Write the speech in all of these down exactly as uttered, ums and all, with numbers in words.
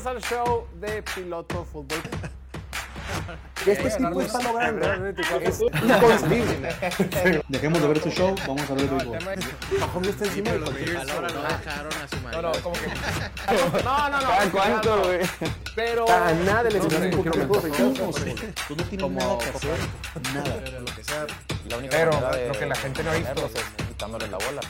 Bienvenidos al show de Piloto Fútbol. ¿Qué este tipo está logrando? Es inconcebible. Dejemos de ver este show, vamos a ver el béisbol. Mahomes está encima de Los cualquier Raiders lado, no ¿no? dejaron a su No, madre. no, como que. No, no, no. ¿Cada cuánto, güey? Pero. A nada le no sé, enseñaron un quiero poquito ver. de Tú no sé, tú no tienes Como- nada que hacer, nada. Pero lo que sea. La única Pero manera de lo que la gente no ha visto detenerlos es quitándole la bola.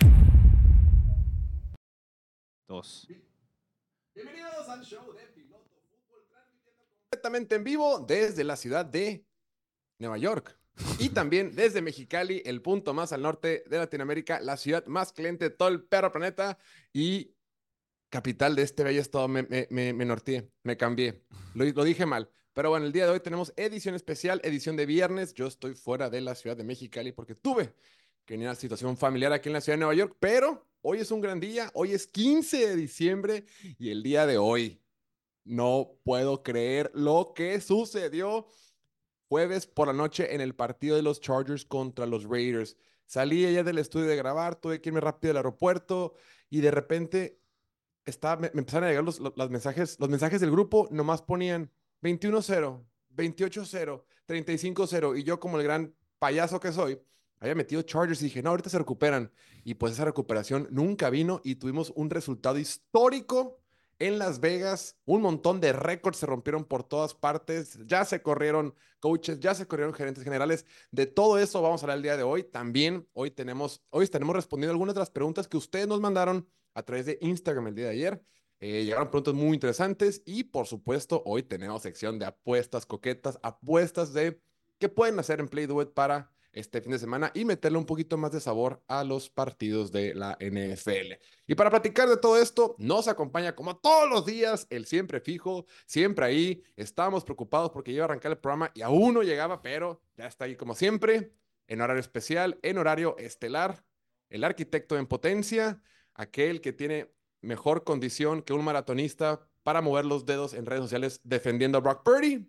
Dos. Bienvenidos al show de Piloto Fútbol, transmitiendo completamente en vivo desde la ciudad de Nueva York y también desde Mexicali, el punto más al norte de Latinoamérica, la ciudad más caliente de todo el perro planeta y capital de este bello estado. Me, me, me, me norteé, me cambié, lo, lo dije mal. Pero bueno, el día de hoy tenemos edición especial, edición de viernes. Yo estoy fuera de la ciudad de Mexicali porque tuve que venir a una situación familiar aquí en la ciudad de Nueva York, pero hoy es un gran día, hoy es quince de diciembre y el día de hoy no puedo creer lo que sucedió jueves por la noche en el partido de los Chargers contra los Raiders. Salí ayer del estudio de grabar, tuve que irme rápido al aeropuerto y de repente estaba, me, me empezaron a llegar los, los, los mensajes, los mensajes del grupo, nomás ponían veintiuno cero, veintiocho cero, treinta y cinco cero y yo como el gran payaso que soy, había metido Chargers y dije, no, ahorita se recuperan. Y pues esa recuperación nunca vino y tuvimos un resultado histórico en Las Vegas. Un montón de récords se rompieron por todas partes. Ya se corrieron coaches, ya se corrieron gerentes generales. De todo eso vamos a hablar el día de hoy. También hoy tenemos, hoy estaremos respondiendo algunas de las preguntas que ustedes nos mandaron a través de Instagram el día de ayer. Eh, llegaron preguntas muy interesantes y por supuesto hoy tenemos sección de apuestas coquetas, apuestas de qué pueden hacer en Play Do It para este fin de semana y meterle un poquito más de sabor a los partidos de la N F L. Y para platicar de todo esto, nos acompaña como todos los días el siempre fijo, siempre ahí. Estábamos preocupados porque iba a arrancar el programa y aún no llegaba, pero ya está ahí como siempre, en horario especial, en horario estelar, el arquitecto en potencia, aquel que tiene mejor condición que un maratonista para mover los dedos en redes sociales defendiendo a Brock Purdy,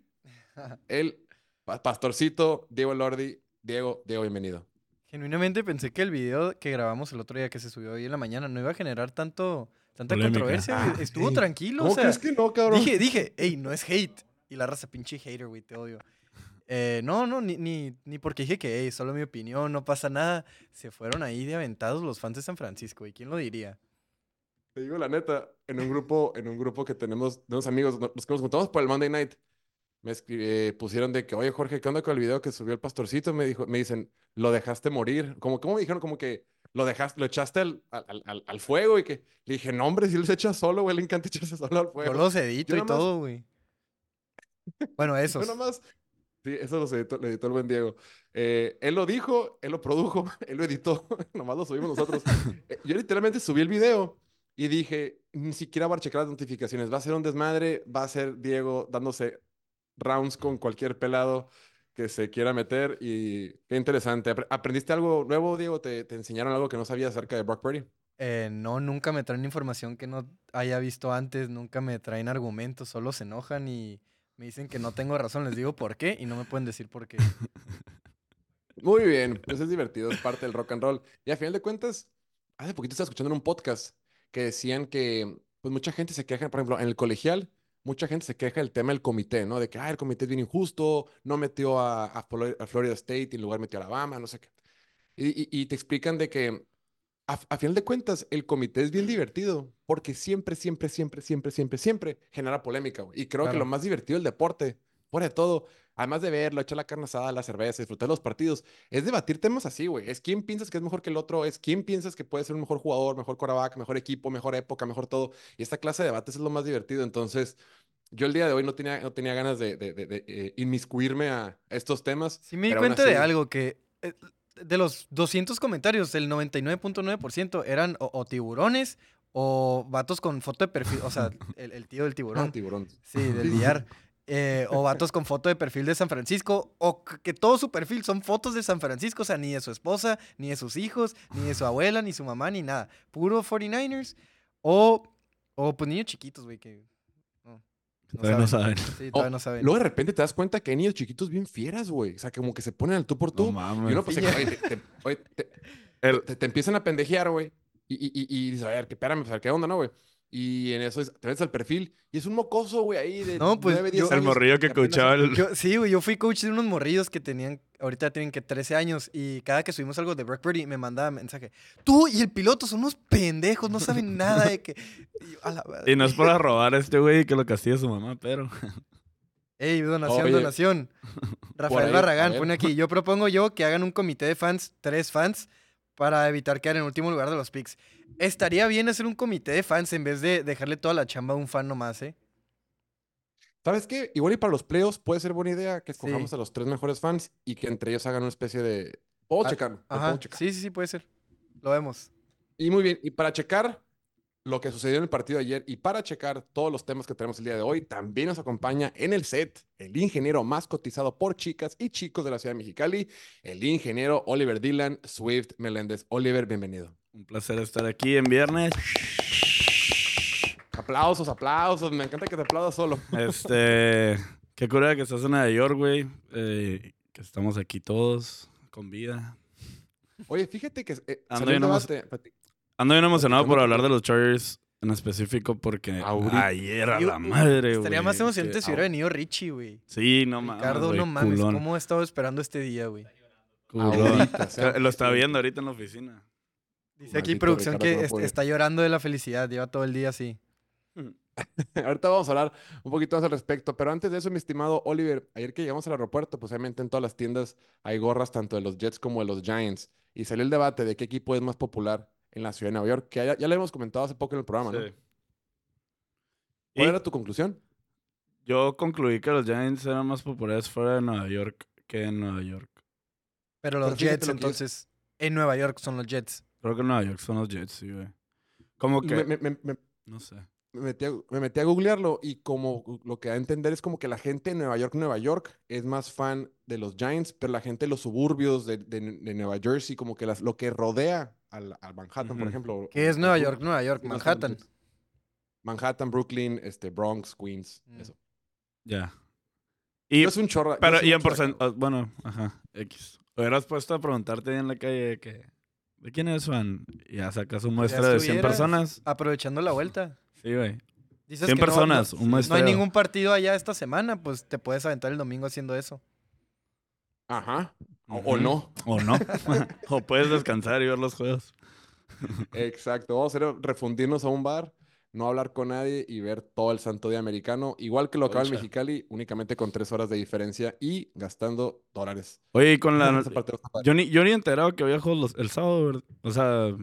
el pastorcito Diego Lordi. Diego, Diego, bienvenido. Genuinamente pensé que el video que grabamos el otro día que se subió hoy en la mañana no iba a generar tanto, tanta Polémica. controversia, güey. Ah, Estuvo sí. tranquilo, ¿Cómo o sea, crees que no, cabrón? dije, dije, ey, no es hate. Y la raza, pinche hater, güey, te odio. Eh, no, no, ni, ni, ni porque dije que, ey, solo mi opinión, no pasa nada. Se fueron ahí de aventados los fans de San Francisco, ¿y quién lo diría? Te digo la neta, en un grupo, en un grupo que tenemos de unos amigos, no- los que nos juntamos por el Monday Night, me escri- eh, pusieron de que, oye, Jorge, ¿qué onda con el video que subió el pastorcito? Me dijo, me dicen, lo dejaste morir. Como, ¿cómo me dijeron? Como que lo dejaste, lo echaste al, al, al, al fuego y que le dije, no, hombre, si él se echa solo, güey, le encanta echarse solo al fuego. Yo los edito Yo y nomás- todo, güey. Bueno, Yo esos. nomás, sí, eso lo editó, lo editó el buen Diego. Eh, él lo dijo, él lo produjo, él lo editó, nomás lo subimos nosotros. Eh, yo literalmente subí el video y dije, ni siquiera voy a checar las notificaciones, va a ser un desmadre, va a ser Diego dándose rounds con cualquier pelado que se quiera meter y qué interesante. Apre- ¿Aprendiste algo nuevo, Diego? ¿Te, te enseñaron algo que no sabías acerca de Brock Purdy? Eh, no, nunca me traen información que no haya visto antes, nunca me traen argumentos, solo se enojan y me dicen que no tengo razón, les digo por qué y no me pueden decir por qué. Muy bien, pues es divertido, es parte del rock and roll. Y a final de cuentas, hace poquito estaba escuchando en un podcast que decían que pues mucha gente se queja, por ejemplo, en el colegial, mucha gente se queja del tema del comité, ¿no? De que, ah, el comité es bien injusto, no metió a, a, Flor- a Florida State y en lugar metió a Alabama, no sé qué. Y, y- y te explican de que a, a final de cuentas, el comité es bien divertido porque siempre, siempre, siempre, siempre, siempre, siempre genera polémica, güey. Y creo que lo Claro. más divertido del deporte, fuera de todo, además de verlo, echar la carne asada, la cerveza, disfrutar los partidos, es debatir temas así, güey. Es quién piensas que es mejor que el otro, es quién piensas que puede ser un mejor jugador, mejor quarterback, mejor equipo, mejor época, mejor todo. Y esta clase de debates es lo más divertido. Entonces, yo el día de hoy no tenía, no tenía ganas de, de, de- de, eh, inmiscuirme a estos temas. Sí me di pero aún cuenta de así- algo, que eh, de los doscientos comentarios, el noventa y nueve punto nueve por ciento eran o, o tiburones o vatos con foto de perfil, o sea, el, el tío del Ah, tiburón, tiburón. sí, del billar, eh, o vatos con foto de perfil de San Francisco, o c- que todo su perfil son fotos de San Francisco, o sea, ni de su esposa, ni de sus hijos, ni de su abuela, ni su mamá, ni nada, puro cuarenta y nueve ers, o, o pues niños chiquitos, güey, que no, Todavía no saben. Sí, Oh, todavía no saben. Luego de repente te das cuenta que hay niños chiquitos bien fieras, güey. O sea, como que se ponen al tú por tú. No mames. y uno pues, Sí, se- ya. oye, te, te- oye, te- El- te- te empiezas a pendejear, güey. Y, y, y, y dices, a ver, que espérame, pues, a ver, ¿qué onda, no, güey? Y en eso es, te ves al perfil y es un mocoso, güey, ahí de No, pues, nueve, diez yo- El años morrillo que apenas- coachaba el... Yo, sí, güey, yo fui coach de unos morrillos que tenían, ahorita tienen que trece años, y cada que subimos algo de Blackberry me mandaba mensaje. Tú y el piloto son unos pendejos, no saben nada de que... Y yo, a la verdad. Y no es para robar a este güey y que lo castigue su mamá, pero... Ey, donación, Oye. donación. Rafael ahí, a Barragán ver. pone aquí, yo propongo yo que hagan un comité de fans, tres fans, para evitar quedar en último lugar de los picks. Estaría bien hacer un comité de fans en vez de dejarle toda la chamba a un fan nomás, ¿eh? ¿Sabes qué? Igual y para los playoffs puede ser buena idea que escojamos Sí. a los tres mejores fans y que entre ellos hagan una especie de... Puedo Ah, checarlo, lo Ajá, puedo checar. sí, sí, sí, puede ser. Lo vemos. Y muy bien, y para checar lo que sucedió en el partido de ayer y para checar todos los temas que tenemos el día de hoy, también nos acompaña en el set el ingeniero más cotizado por chicas y chicos de la ciudad de Mexicali, el ingeniero Oliver Dylan Swift Meléndez. Oliver, bienvenido. Un placer estar aquí en viernes. Aplausos, aplausos, me encanta que te aplaudas solo. Este... Qué cura que estás en Nueva York, güey. Eh, que estamos aquí todos con vida. Oye, fíjate que eh, Ando salió el bien emo- debate. Pati- Ando bien emocionado por Platicando hablar de los Chargers en específico porque Ahorita. ayer a Yo- la madre, güey. Estaría más emocionante que- si hubiera venido Richie, güey. Sí, no mames, Ricardo, güey, no mames, culón, ¿cómo he estado esperando este día, güey? culón. Ahorita, o sea, Lo estaba viendo ahorita en la oficina. Dice aquí Maldito producción Ricardo, que no est- puede. está llorando de la felicidad, lleva todo el día así. Ahorita vamos a hablar un poquito más al respecto, pero antes de eso, mi estimado Oliver, ayer que llegamos al aeropuerto, pues obviamente en todas las tiendas hay gorras tanto de los Jets como de los Giants, y salió el debate de qué equipo es más popular en la ciudad de Nueva York, que ya, ya lo hemos comentado hace poco en el programa, ¿no? Sí. ¿Cuál Y era tu conclusión? yo concluí que los Giants eran más populares fuera de Nueva York que en Nueva York. Pero los Pero fíjate Jets, lo que es- entonces, en Nueva York son los Jets. Creo que en Nueva York son los Jets, sí, güey. Como que, Me, me- me- me- no sé. me metí a, me metí a googlearlo y como lo que da a entender es como que la gente de Nueva York, Nueva York, es más fan de los Giants, pero la gente de los suburbios de, de- de Nueva Jersey, como que las, lo que rodea al, al Manhattan, por Ujú. ejemplo. ¿Qué o- es o Nueva sur- York? Nueva York, sí, no son los Manhattan. Jets. Manhattan, Brooklyn, este, Bronx, Queens, Mm. eso. Ya. Y, Yo es un chorro. yo pero, soy y un en porcentaje, chorro. bueno, ajá, X. Hubieras puesto a preguntarte ahí en la calle que, ¿de quién eres fan? Y ya sacas una muestra de cien estuvieras personas. Aprovechando la vuelta. Sí, güey. Dices cien que no- personas, no, un no hay muestreo. ningún partido allá esta semana, pues te puedes aventar el domingo haciendo eso. Ajá. O, Ujú. o no. O no. O puedes descansar y ver los juegos. Exacto. Vamos a hacer refundirnos a un bar, no hablar con nadie y ver todo el santo día americano, igual que lo acaba el Ocha. Mexicali, únicamente con tres horas de diferencia y gastando dólares. Oye, y con la... Esa parte no está padre. Yo ni, yo ni enterado que había juegos los- el sábado, ¿verdad? O sea,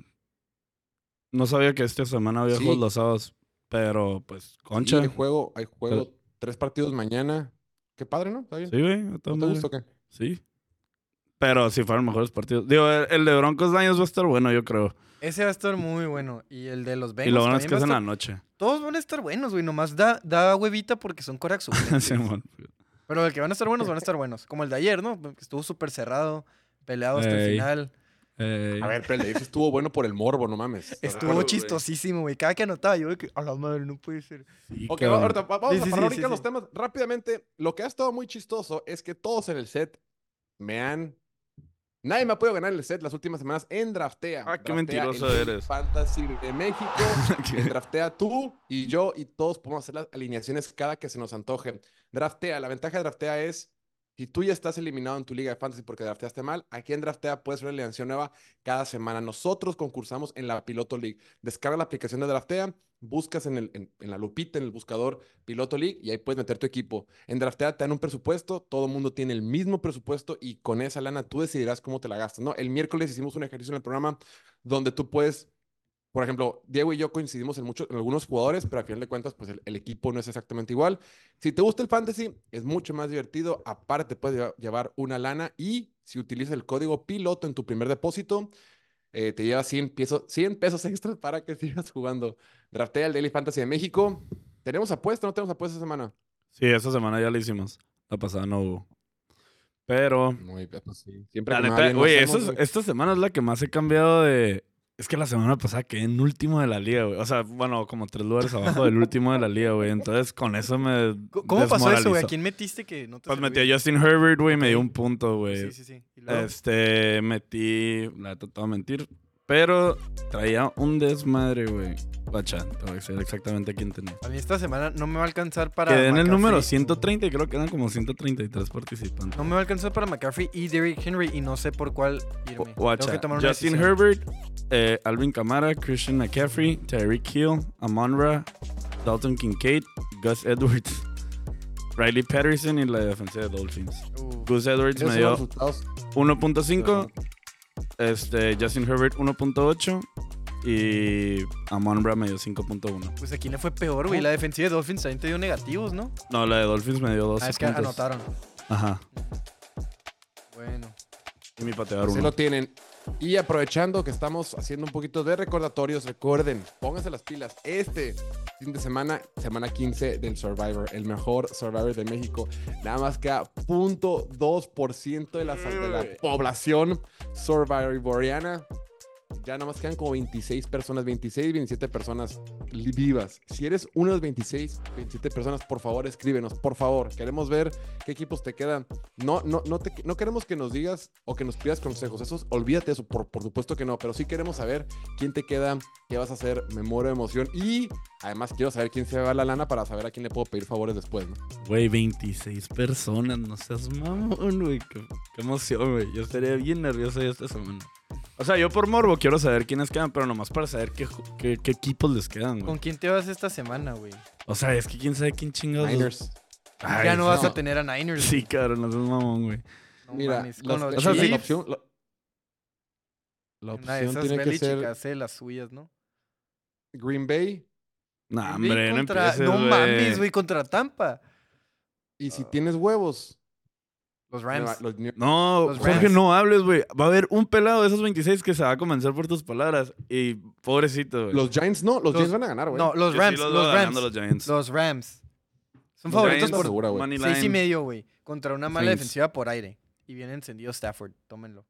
no sabía que esta semana había Sí. juegos los sábados. Pero, pues, Sí, concha. hay juego, hay juego, tres partidos mañana. Qué padre, ¿no? Está bien. Sí, güey. a ¿No toda te madre. gusta o qué? Sí. Pero si fueron mejores partidos. Digo, el, el de Broncos Lions va a estar bueno, yo creo. Ese va a estar muy bueno. Y el de los Bengals Y lo bueno es también que va es a en la estar- noche. Todos van a estar buenos, güey. Nomás da, da huevita porque son Corax Simón. Pero el que van a estar buenos, van a estar buenos. Como el de ayer, ¿no? Que estuvo súper cerrado, peleado hasta el Ey. final. Eh, A ver, pero el de Davis estuvo bueno por el morbo, no mames. ¿Estás de Estuvo acuerdo? chistosísimo, güey. Cada que anotaba, yo de que, a la madre, no puede ser. sí, Ok, cabrón. ahorita va- vamos Sí, a sí, parar sí, ahorita sí, los sí. temas rápidamente. Lo que ha estado muy chistoso es que todos en el set me han... Nadie me ha podido ganar el set las últimas semanas en Draftea. Ah, qué Draftea, mentiroso el eres. Fantasy de México. En Draftea tú y yo y todos podemos hacer las alineaciones cada que se nos antoje. Draftea, la ventaja de Draftea es, si tú ya estás eliminado en tu liga de fantasy porque drafteaste mal, aquí en Draftea puedes hacer una alineación nueva cada semana. Nosotros concursamos en la Piloto League. Descarga la aplicación de Draftea, buscas en, el, en, en la lupita, en el buscador Piloto League y ahí puedes meter tu equipo. En Draftea te dan un presupuesto, todo el mundo tiene el mismo presupuesto y con esa lana tú decidirás cómo te la gastas, ¿no? El miércoles hicimos un ejercicio en el programa donde tú puedes... Por ejemplo, Diego y yo coincidimos en, muchos, en algunos jugadores, pero a final de cuentas, pues el, el equipo no es exactamente igual. Si te gusta el fantasy, es mucho más divertido. Aparte, puedes lleva- llevar una lana y si utilizas el código piloto en tu primer depósito, eh, te llevas cien pesos, cien pesos extras para que sigas jugando. Draftea el Daily Fantasy de México. ¿Tenemos apuesta o no tenemos apuesta esta semana? Sí, esta semana ya la hicimos. La pasada no hubo. Pero, Muy bien, pues sí. Siempre la que me va neta, bien, lo güey, hacemos, esta, güey. esta semana es la que más he cambiado de... Es que la semana pasada quedé en último de la liga, güey. O sea, bueno, como tres lugares abajo del último de la liga, güey. Entonces, con eso me ¿Cómo ¿Cómo pasó eso, güey? desmoralizó. ¿A quién metiste que no te Pues sirvió? metí a Justin Herbert, güey, me dio Ok. un punto, güey. Sí, sí, sí. ¿Y luego? Este, metí, la he tratado de mentir, Pero traía un desmadre, güey. Guacha, te voy a decir exactamente quién tenía. A mí esta semana no me va a alcanzar para Quedé en el McCaffrey. número ciento treinta y creo que eran como ciento treinta y tres participantes. No me va a alcanzar para McCaffrey y Derrick Henry y no sé por cuál irme. Tengo Guacha, que tomar una Justin decisión. Herbert, eh, Alvin Kamara, Christian McCaffrey, Tyreek Hill, Amon-Ra, Dalton Kincaid, Gus Edwards, Riley Patterson y la defensa de Dolphins. Uh, Gus Edwards Esos me son dio los resultados. uno punto cinco, este, Justin Herbert uno punto ocho y Amon-Ra me dio cinco punto uno. pues a quién le fue peor, güey. La defensiva de Dolphins también te dio negativos, ¿no? No, la de Dolphins me dio doce Ah, es que puntos. anotaron. Ajá. Bueno. Y mi pateador Así uno. lo tienen. Y aprovechando que estamos haciendo un poquito de recordatorios, recuerden, pónganse las pilas. Este fin de semana, semana quince del Survivor, el mejor Survivor de México. Nada más que a cero punto dos por ciento de la, de la población survivoriana. Ya nada más quedan como veintiséis personas, veintiséis, veintisiete personas li- vivas. Si eres una de las veintiséis, veintisiete personas, por favor, escríbenos, por favor. Queremos ver qué equipos te quedan. No, no, no, te, no queremos que nos digas o que nos pidas consejos. Eso, olvídate eso, por, por supuesto que no. Pero sí queremos saber quién te queda, qué vas a hacer, memoria, emoción. Y además quiero saber quién se va la lana para saber a quién le puedo pedir favores después, ¿no? Güey, veintiséis personas, no seas mamón, güey. Qué, qué emoción, güey. Yo estaría bien nervioso ya esta semana. O sea, yo por morbo quiero saber quiénes quedan, pero nomás para saber qué, ju- qué, qué equipos les quedan, ¿Con güey. quién te vas esta semana, güey? O sea, es que quién sabe quién chingados. los- Niners. Ay, Ya no vas no. a tener a Niners. Sí, cabrón, no seas mamón, güey. No Mira, mames, las- con los o sea, la sí. Chiefs. opción, la, la Una de opción esas tiene que Belichick ser hace las suyas, ¿no? Green Bay. No, Green hombre, Bay no contra... empieces, No güey. mames, güey, contra Tampa. Y si tienes huevos, Los Rams. Nueva- los New- No, Los Jorge, Rams. no hables, güey. Va a haber un pelado de esos veintiséis que se va a convencer por tus palabras. Y pobrecito, güey. los Giants no, los, Los- Giants van a ganar, güey. No, los Yo sí Rams, los los, veo Rams. ganando los Giants. Los Rams. Son Los favoritos Giants, por segura, güey. money seis y line. medio, güey. Contra una mala Saints. defensiva por aire. Y viene encendido Stafford. Tómenlo.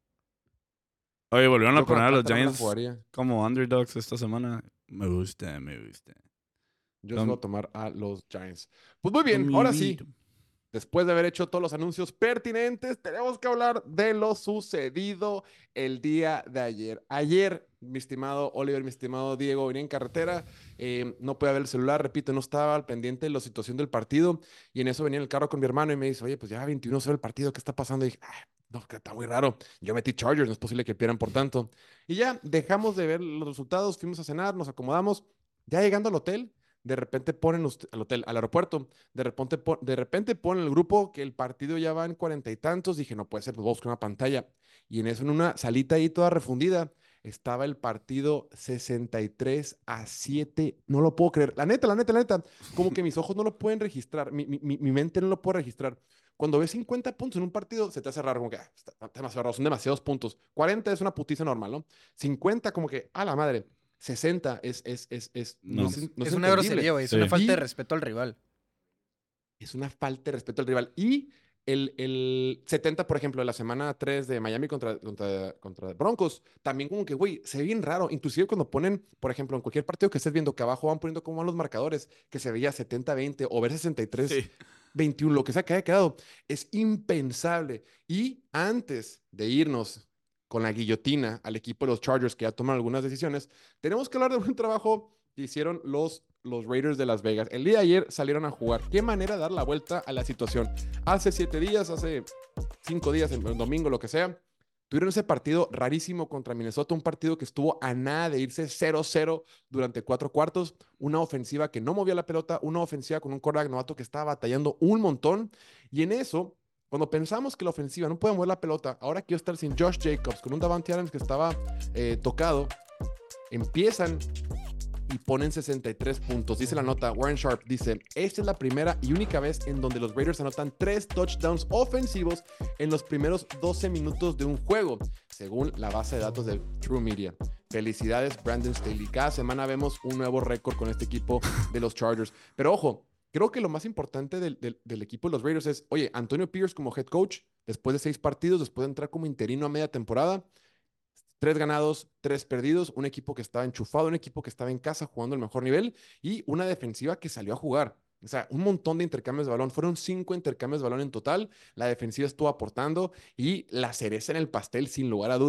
Oye, volvieron a Yo con poner a los Atlanta no me la Giants jugaría. como underdogs esta semana. Me gusta, me gusta. Yo Tom- se voy a tomar a los Giants. Pues muy bien, ahora sí. Amiguito. Después de haber hecho todos los anuncios pertinentes, tenemos que hablar de lo sucedido el día de ayer. Ayer, mi estimado Oliver, mi estimado Diego, venía en carretera, eh, no podía ver el celular, repito, no estaba al pendiente de la situación del partido, y en eso venía en el carro con mi hermano y me dice, oye, pues ya veintiuno cero el partido, ¿qué está pasando? Y dije, "Ay, no, que está muy raro. Yo metí Chargers, no es posible que pierdan por tanto. Y ya dejamos de ver los resultados, fuimos a cenar, nos acomodamos, ya llegando al hotel. De repente ponen ust- al hotel, al aeropuerto, de repente, pon- de repente ponen el grupo que el partido ya va en cuarenta y tantos. Dije, no puede ser, pues voy a buscar una pantalla. Y en eso, en una salita ahí toda refundida, estaba el partido sesenta y tres a siete. No lo puedo creer. La neta, la neta, la neta. Como que mis ojos no lo pueden registrar. Mi, mi, mi- mi mente no lo puede registrar. Cuando ves cincuenta puntos en un partido, se te hace raro, como que ah, está, está demasiado raro, son demasiados puntos. cuarenta es una putiza normal, ¿no? cincuenta, como que, a la madre. sesenta es, es, es, es, No. es, no es una entendible. grosería, güey. Es Sí. una falta de Y- respeto al rival. Es una falta de respeto al rival. Y el, el setenta, por ejemplo, de la semana tres de Miami contra, contra, contra Broncos, también como que, güey, se ve bien raro. Inclusive cuando ponen, por ejemplo, en cualquier partido que estés viendo, que abajo van poniendo como van los marcadores, que se veía setenta veinte o ver sesenta y tres Sí. veintiuno, lo que sea que haya quedado, es impensable. Y antes de irnos con la guillotina al equipo de los Chargers, que ya toman algunas decisiones, tenemos que hablar de un trabajo que hicieron los, los Raiders de Las Vegas. El día de ayer salieron a jugar. Qué manera de dar la vuelta a la situación. Hace siete días, hace cinco días, el, el domingo, lo que sea, tuvieron ese partido rarísimo contra Minnesota, un partido que estuvo a nada de irse cero cero durante cuatro cuartos, una ofensiva que no movía la pelota, una ofensiva con un quarterback novato que estaba batallando un montón, y en eso, cuando pensamos que la ofensiva no puede mover la pelota, ahora quiero estar sin Josh Jacobs, con un Davante Adams que estaba eh, tocado, empiezan y ponen sesenta y tres puntos. Dice la nota, Warren Sharp dice, esta es la primera y única vez en donde los Raiders anotan tres touchdowns ofensivos en los primeros doce minutos de un juego, según la base de datos de True Media. Felicidades, Brandon Staley. Cada semana vemos un nuevo récord con este equipo de los Chargers. Pero ojo, creo que lo más importante del, del, del equipo de los Raiders es, oye, Antonio Pierce como head coach, después de seis partidos, después de entrar como interino a media temporada, tres ganados, tres perdidos, un equipo que estaba enchufado, un equipo que estaba en casa jugando el mejor nivel y una defensiva que salió a jugar. O sea, un montón de intercambios de balón. Fueron cinco intercambios de balón en total. La defensiva estuvo aportando y la cereza en el pastel, sin lugar a dudas,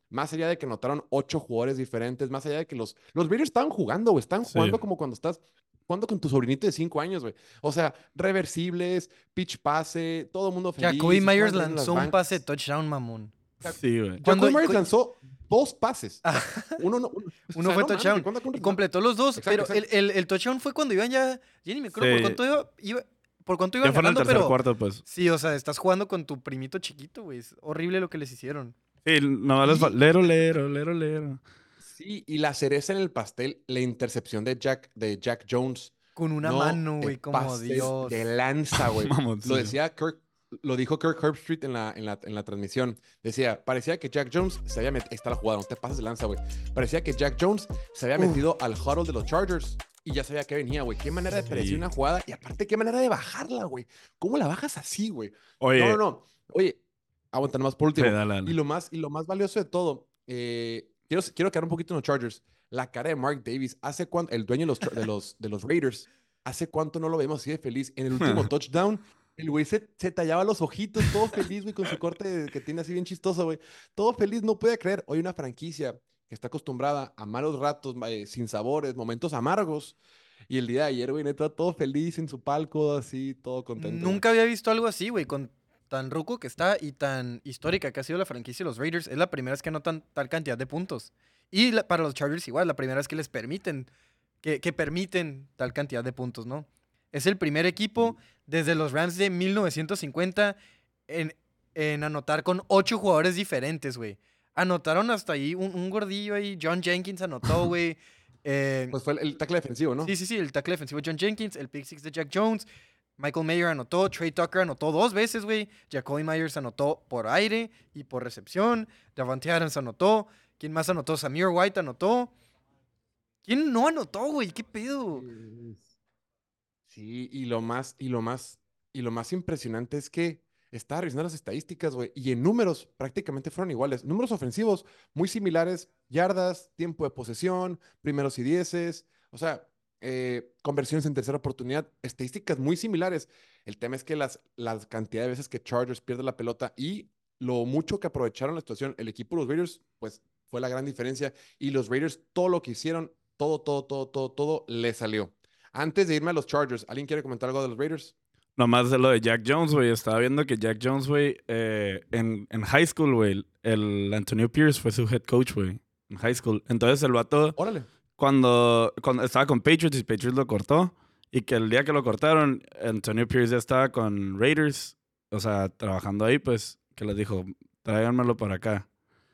más allá de que anotaron ocho jugadores diferentes, más allá de que los, los Raiders estaban jugando, güey, estaban Sí. jugando como cuando estás jugando con tu sobrinito de cinco años, güey. O sea, reversibles, pitch pase, todo el mundo feliz. Jacoby Myers estaban en las lanzó un bancas. pase de touchdown, mamón. Sí, güey. Cuando- Jacoby Myers cu- lanzó dos pases. Uno no. Uno, o Uno sea, fue no mames, touchdown. ¿cuánto- cuánto- Y completó los dos, Exacto, pero exacto. El, el, el touchdown fue cuando iban ya... Ya ni me acuerdo Sí. por cuánto iba... iba por cuánto Ya iban fue en el ganando, tercer pero... cuarto, pues. Sí, o sea, estás jugando con tu primito chiquito, güey. Es horrible lo que les hicieron. Sí, nomás les Y- fal- Lero, lero, lero, lero. Sí, y la cereza en el pastel, la intercepción de Jack, de Jack Jones. Con una No mano, te güey, como pases Dios. de lanza, güey. Mamoncillo. Lo decía Kirk, lo dijo Kirk Herbstreit en la, en la, en la transmisión. Decía, parecía que Jack Jones se había metido, está la jugada, no te pases de lanza, güey. Parecía que Jack Jones se había Uf. metido al huddle de los Chargers y ya sabía que venía, güey. Qué manera de Sí. predecir una jugada y aparte qué manera de bajarla, güey. ¿Cómo la bajas así, güey? Oye, No, no, no. Oye, aguanta nomás por último. sí, dale, dale. Y lo más, y lo más valioso de todo, eh, quiero, quiero quedar un poquito en los Chargers. La cara de Mark Davis, hace cuánto, el dueño de los, de los, de los Raiders, hace cuánto no lo vemos así de feliz. En el último touchdown, el güey se, se tallaba los ojitos, todo feliz, güey, con su corte que tiene así bien chistoso, güey. Todo feliz, no puede creer. Hoy una franquicia que está acostumbrada a malos ratos, eh, sin sabores, momentos amargos. Y el día de ayer, güey, neta, todo feliz en su palco, así, todo contento. güey. Nunca había visto algo así, güey, con tan ruco que está y tan histórica que ha sido la franquicia de los Raiders. Es la primera vez que anotan tal cantidad de puntos. Y la- para los Chargers igual, la primera vez que les permiten, que, que permiten tal cantidad de puntos, ¿no? Es el primer equipo desde los Rams de mil novecientos cincuenta en, en anotar con ocho jugadores diferentes, güey. Anotaron hasta ahí un, un gordillo ahí, John Jenkins anotó, güey. Eh, Pues fue el, el tackle defensivo, ¿no? Sí, sí, sí, el tackle defensivo John Jenkins, el pick six de Jack Jones, Michael Mayer anotó, Trey Tucker anotó dos veces, güey, Jacoby Myers anotó por aire y por recepción, Davante Adams anotó, ¿quién más anotó? Samir White anotó. ¿Quién no anotó, güey? ¿Qué pedo? Sí, y lo más, y lo más, y lo más impresionante es que estaba revisando las estadísticas, güey, y en números prácticamente fueron iguales. Números ofensivos muy similares, yardas, tiempo de posesión, primeros y dieces, o sea, eh, conversiones en tercera oportunidad, estadísticas muy similares. El tema es que las, la cantidad de veces que Chargers pierde la pelota y lo mucho que aprovecharon la situación, el equipo de los Raiders, pues fue la gran diferencia. Y los Raiders, todo lo que hicieron, todo, todo, todo, todo, todo, le salió. Antes de irme a los Chargers, ¿alguien quiere comentar algo de los Raiders? Nomás de lo de Jack Jones, güey. Estaba viendo que Jack Jones, güey, eh, en, en high school, güey, el Antonio Pierce fue su head coach, güey, en high school. Entonces el vato, Órale. cuando, cuando estaba con Patriots y Patriots lo cortó, y que el día que lo cortaron, Antonio Pierce ya estaba con Raiders, o sea, trabajando ahí, pues, que les dijo, tráiganmelo para acá.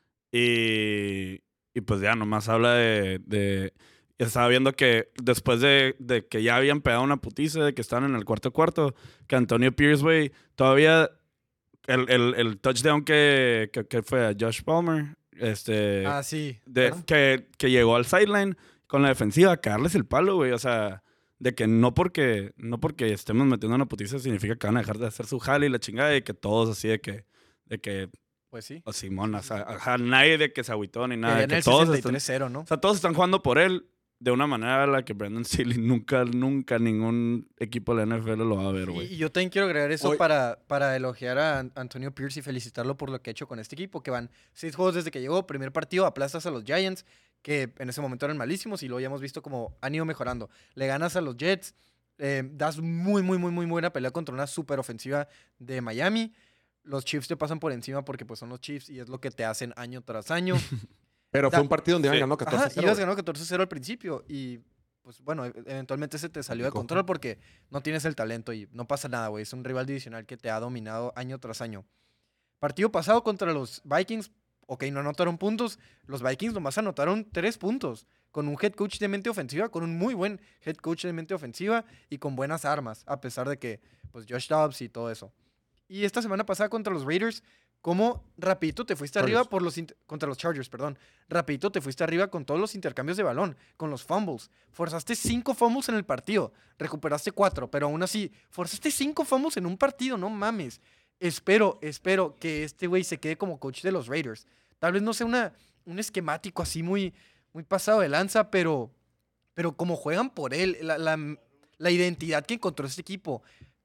Y, y pues ya, nomás habla de... de estaba viendo que después de, de que ya habían pegado una putiza, de que estaban en el cuarto cuarto, que Antonio Pierce, güey, todavía el, el, el touchdown que, que, que fue a Josh Palmer, este, Ah, sí. de, Ajá. que, que llegó al sideline con la defensiva a caerles el palo, güey, o sea, de que no porque, no porque estemos metiendo una putiza significa que van a dejar de hacer su jale y la chingada y que todos así de que, de que, Pues sí. o Simón, o sea, ajá, nadie de que se agüitó ni nada, de Querían que el todos sesenta y están, tres cero, ¿no? o sea, todos están jugando por él de una manera a la que Brandon Staley nunca, nunca ningún equipo de la N F L lo va a ver, Y, güey. y yo también quiero agregar eso Hoy- para, para elogiar a An- Antonio Pierce y felicitarlo por lo que ha hecho con este equipo, que van seis juegos desde que llegó, primer partido, aplastas a los Giants, que en ese momento eran malísimos y luego ya hemos visto cómo han ido mejorando. Le ganas a los Jets, eh, das muy, muy, muy, muy buena pelea contra una super ofensiva de Miami. Los Chiefs te pasan por encima porque pues son los Chiefs y es lo que te hacen año tras año. Pero Da- fue un partido donde Sí. iban ganando catorce Ajá, cero. ibas ganando catorce cero al principio y pues bueno, e- eventualmente se te salió de Cojo. control porque no tienes el talento y no pasa nada, güey. Es un rival divisional que te ha dominado año tras año. Partido pasado contra los Vikings, ok, no anotaron puntos. Los Vikings nomás anotaron tres puntos con un head coach de mente ofensiva, con un muy buen head coach de mente ofensiva y con buenas armas, a pesar de que pues Josh Dobbs y todo eso. Y esta semana pasada contra los Raiders, ¿cómo rapidito te fuiste arriba Chargers. por los inter- contra los Chargers, perdón? Rapidito te fuiste arriba con todos los intercambios de balón, con los fumbles. Forzaste cinco fumbles en el partido, recuperaste cuatro, pero aún así, forzaste cinco fumbles en un partido, no mames. Espero, espero que este güey se quede como coach de los Raiders. Tal vez no sea una, un esquemático así muy, muy pasado de lanza, pero, pero como juegan por él, la, la, la identidad que encontró este equipo,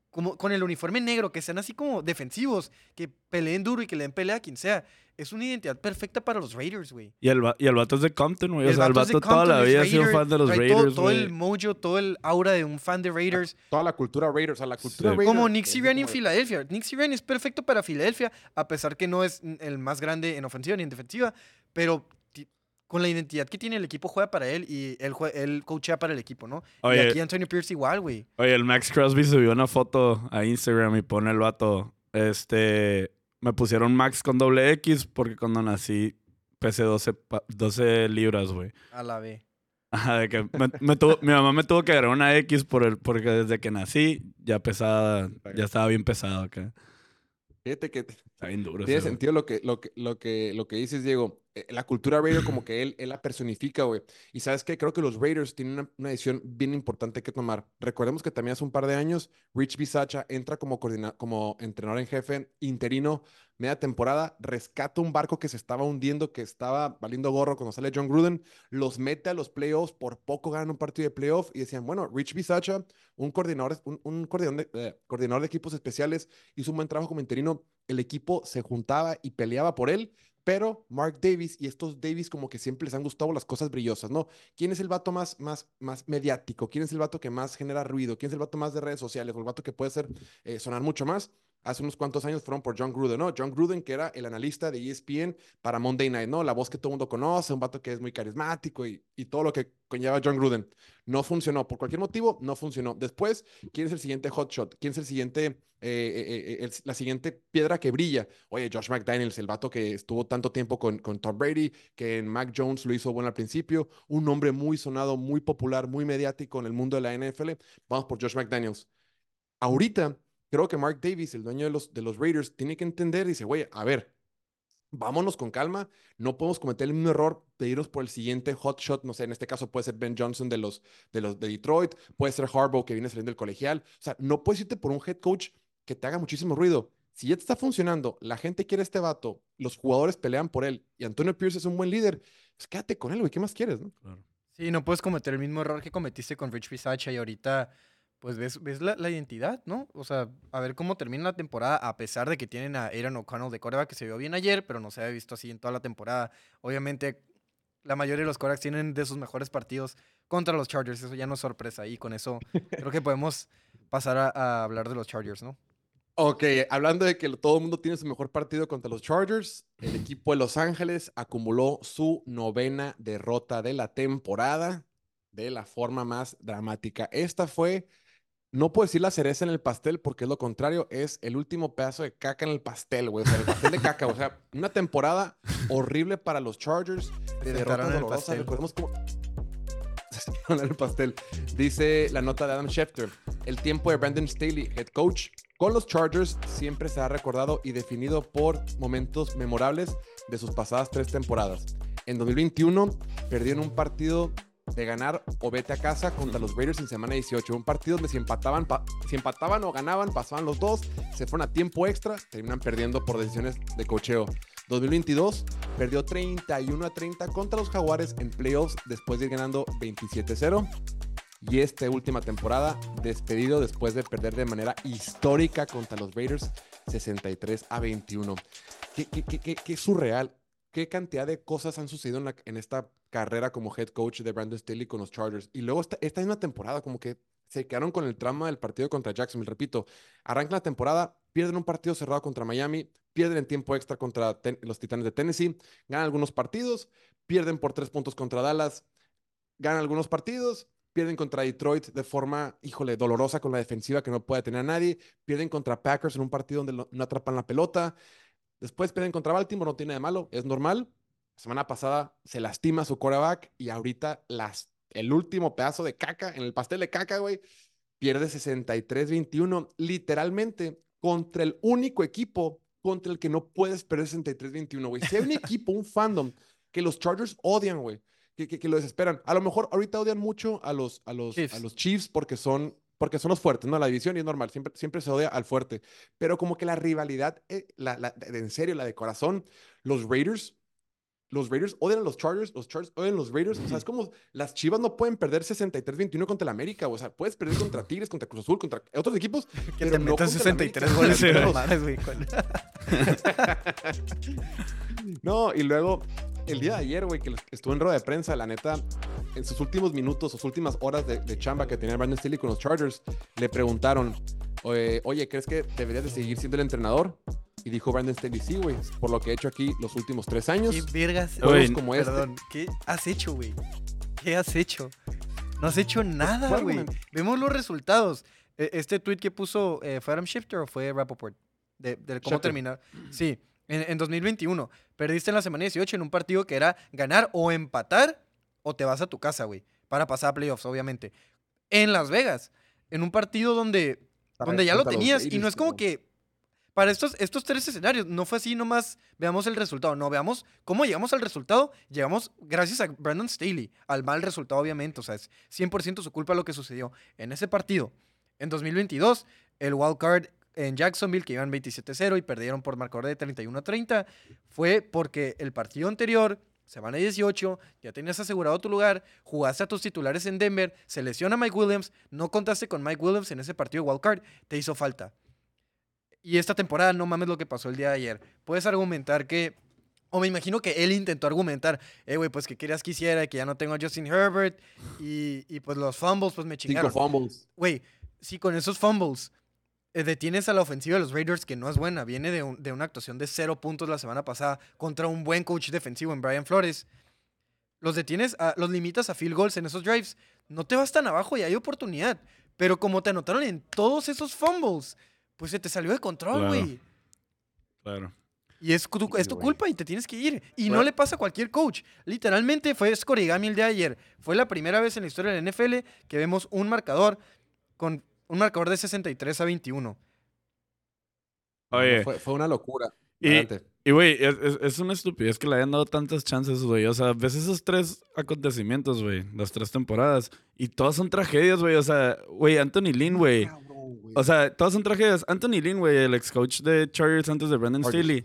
como con el uniforme negro, que sean así como defensivos, que peleen duro y que le den pelea a quien sea. Es una identidad perfecta para los Raiders, güey. Y el, va- y el vato es de Compton, güey. O El sea, el vato es de vato toda la Compton, es vida ha sido Raider, fan de los trae todo- Raiders, todo el güey. mojo, todo el aura de un fan de Raiders. Toda la cultura Raiders, o sea, la cultura Sí. Raiders. Como Nick es Sirianni en como- Filadelfia. Nick Sirianni es perfecto para Filadelfia, a pesar que no es el más grande en ofensiva ni en defensiva, pero ti- con la identidad que tiene el equipo juega para él y él, jue- él coachea para el equipo, ¿no? Oye. Y aquí Antonio Pierce igual, güey. Oye, el Max Crosby subió una foto a Instagram y pone el vato, este, me pusieron Max con doble X porque cuando nací pesé doce, pa- doce libras, güey. A la B. Ajá, de que me, me tuvo- mi mamá me tuvo que agregar una X por el, porque desde que nací ya pesaba, ya estaba bien pesado acá. Fíjate que Está bien duro. tiene ese, güey. sentido lo que, lo que, lo que, lo que dices, Diego. Eh, La cultura Raider como que él, él la personifica, güey. Y ¿sabes qué? Creo que los Raiders tienen una, una decisión bien importante que tomar. Recordemos que también hace un par de años Rich Bisaccia entra como, coordina- como entrenador en jefe interino media temporada, rescata un barco que se estaba hundiendo, que estaba valiendo gorro cuando sale John Gruden, los mete a los playoffs, por poco ganan un partido de playoff y decían, bueno, Rich Bisaccia, un coordinador, un, un coordinador, de, eh, coordinador de equipos especiales, hizo un buen trabajo como interino, el equipo se juntaba y peleaba por él, pero Mark Davis y estos Davis como que siempre les han gustado las cosas brillosas, ¿no? ¿Quién es el vato más, más, más mediático? ¿Quién es el vato que más genera ruido? ¿Quién es el vato más de redes sociales? ¿O el vato que puede ser, eh, sonar mucho más? Hace unos cuantos años fueron por John Gruden, ¿no? John Gruden, que era el analista de E S P N para Monday Night, ¿no? La voz que todo el mundo conoce, un vato que es muy carismático y, y todo lo que conlleva John Gruden. No funcionó. Por cualquier motivo, no funcionó. Después, ¿quién es el siguiente hotshot? ¿Quién es el siguiente, eh, eh, eh, el- la siguiente piedra que brilla? Oye, Josh McDaniels, el vato que estuvo tanto tiempo con, con Tom Brady, que en Mac Jones lo hizo bueno al principio, un hombre muy sonado, muy popular, muy mediático en el mundo de la N F L. Vamos por Josh McDaniels. Ahorita, creo que Mark Davis, el dueño de los, de los Raiders, tiene que entender, dice, güey, a ver, vámonos con calma, no podemos cometer el mismo error de irnos por el siguiente hotshot, no sé, en este caso puede ser Ben Johnson de los de, los de Detroit, puede ser Harbaugh que viene saliendo del colegial, o sea, no puedes irte por un head coach que te haga muchísimo ruido. Si ya te está funcionando, la gente quiere a este vato, los jugadores pelean por él y Antonio Pierce es un buen líder, pues quédate con él, güey, ¿qué más quieres, no? Claro. Sí, no puedes cometer el mismo error que cometiste con Rich Bisaccia y ahorita, pues ves, ves la, la identidad, ¿no? O sea, a ver cómo termina la temporada, a pesar de que tienen a Aaron O'Connell de quarterback, que se vio bien ayer, pero no se había visto así en toda la temporada. Obviamente, la mayoría de los quarterbacks tienen de sus mejores partidos contra los Chargers, eso ya no es sorpresa, y con eso creo que podemos pasar a, a hablar de los Chargers, ¿no? Ok, hablando de que todo el mundo tiene su mejor partido contra los Chargers, el equipo de Los Ángeles acumuló su novena derrota de la temporada de la forma más dramática. Esta fue, no puedo decir la cereza en el pastel porque es lo contrario, es el último pedazo de caca en el pastel, güey. O sea, el pastel de caca, o sea, una temporada horrible para los Chargers, de derrotas sentaron en el dolorosas. pastel. Recordemos cómo... Se sentaron en el pastel. Dice la nota de Adam Schefter, el tiempo de Brandon Staley, head coach, con los Chargers siempre se ha recordado y definido por momentos memorables de sus pasadas tres temporadas. En dos mil veintiuno perdieron un partido de ganar o vete a casa contra los Raiders en semana dieciocho. Un partido donde si empataban, pa- si empataban o ganaban, pasaban los dos, se fueron a tiempo extra, terminan perdiendo por decisiones de cocheo. dos mil veintidós perdió treinta y uno a treinta contra los Jaguares en playoffs después de ir ganando veintisiete cero. Y esta última temporada, despedido después de perder de manera histórica contra los Raiders, sesenta y tres a veintiuno. Qué, qué, qué, qué, qué surreal. Qué cantidad de cosas han sucedido en, la- en esta carrera como head coach de Brandon Staley con los Chargers. Y luego esta, esta misma temporada, como que se quedaron con el trauma del partido contra Jacksonville. Repito, arrancan la temporada, pierden un partido cerrado contra Miami, pierden en tiempo extra contra ten- los Titanes de Tennessee, ganan algunos partidos, pierden por tres puntos contra Dallas, ganan algunos partidos, pierden contra Detroit de forma, híjole, dolorosa con la defensiva que no puede tener a nadie, pierden contra Packers en un partido donde no, no atrapan la pelota, después pierden contra Baltimore, no tiene de malo, es normal. La semana pasada se lastima su quarterback y ahorita las, el último pedazo de caca, en el pastel de caca, güey, pierde sesenta y tres veintiuno, literalmente contra el único equipo contra el que no puedes perder sesenta y tres veintiuno, güey. Si hay un equipo, un fandom que los Chargers odian, güey, que, que, que lo desesperan. A lo mejor ahorita odian mucho a los, a los, Chiefs. a los Chiefs porque son, porque son los fuertes, ¿no? La división y es normal, siempre, siempre se odia al fuerte. Pero como que la rivalidad, eh, la, la, de- en serio, la de corazón, los Raiders los Raiders odian a los Chargers, los Chargers odian a los Raiders. O sea, es como las Chivas no pueden perder sesenta y tres veintiuno contra el América. O sea, puedes perder contra Tigres, contra Cruz Azul, contra otros equipos. Que pero te no metan contra el sesenta y tres América. goles. Sí, pero güey. mames, güey, con- No, y luego el día de ayer, güey, que estuvo en rueda de prensa, la neta, en sus últimos minutos, sus últimas horas de, de chamba que tenía Brandon Staley con los Chargers, le preguntaron, oye, oye, ¿crees que deberías de seguir siendo el entrenador? Y dijo Brandon Staley, sí, güey, por lo que he hecho aquí los últimos tres años. ¿Qué vergas? Güey, juegos como este. Perdón, ¿qué has hecho, güey? ¿Qué has hecho? No has hecho nada, fue güey. argumento. Vemos los resultados. E- Este tweet que puso, eh, ¿fue Adam Schefter o fue Rappaport? De, de cómo Schefter. terminar. Sí, en, en dos mil veintiuno. Perdiste en la semana dieciocho en un partido que era ganar o empatar o te vas a tu casa, güey. Para pasar a playoffs, obviamente. En Las Vegas. En un partido donde, Para donde ya lo contra los tenías y Raiders, no es como ¿no? que... Para estos, estos tres escenarios, no fue así nomás, veamos el resultado, no, veamos cómo llegamos al resultado, llegamos gracias a Brandon Staley, al mal resultado obviamente, o sea, es cien por ciento su culpa lo que sucedió en ese partido. En dos mil veintidós, el wild card en Jacksonville, que iban veintisiete cero y perdieron por marcador de treinta y uno a treinta, fue porque el partido anterior, semana dieciocho, ya tenías asegurado tu lugar, jugaste a tus titulares en Denver, se lesiona Mike Williams, no contaste con Mike Williams en ese partido wild card, te hizo falta. Y esta temporada, no mames lo que pasó el día de ayer. Puedes argumentar que, o me imagino que él intentó argumentar, eh, güey, pues que querías que hiciera, que ya no tengo a Justin Herbert, y, y pues los fumbles, pues me Cinco chingaron. fumbles. Güey, si con esos fumbles eh, detienes a la ofensiva de los Raiders, que no es buena, viene de, un- de una actuación de cero puntos la semana pasada contra un buen coach defensivo en Brian Flores, los detienes, a- los limitas a field goals en esos drives, no te vas tan abajo y hay oportunidad. Pero como te anotaron en todos esos fumbles, pues se te salió de control, Claro. güey. Claro. Y es tu, es tu güey. culpa y te tienes que ir. Y no Bueno. le pasa a cualquier coach. Literalmente fue Scorigami el día de ayer. Fue la primera vez en la historia de la N F L que vemos un marcador con un marcador de sesenta y tres a veintiuno. Oye, No, fue, fue una locura. Y- Adelante. Y, güey, es, es- es una estupidez que le hayan dado tantas chances, güey. O sea, ves esos tres acontecimientos, güey, las tres temporadas, y todas son tragedias, güey. O sea, güey, Anthony Lynn, güey. Cabrón, güey. O sea, todas son tragedias. Anthony Lynn, güey, el ex coach de Chargers antes de Brandon Chargers. Staley.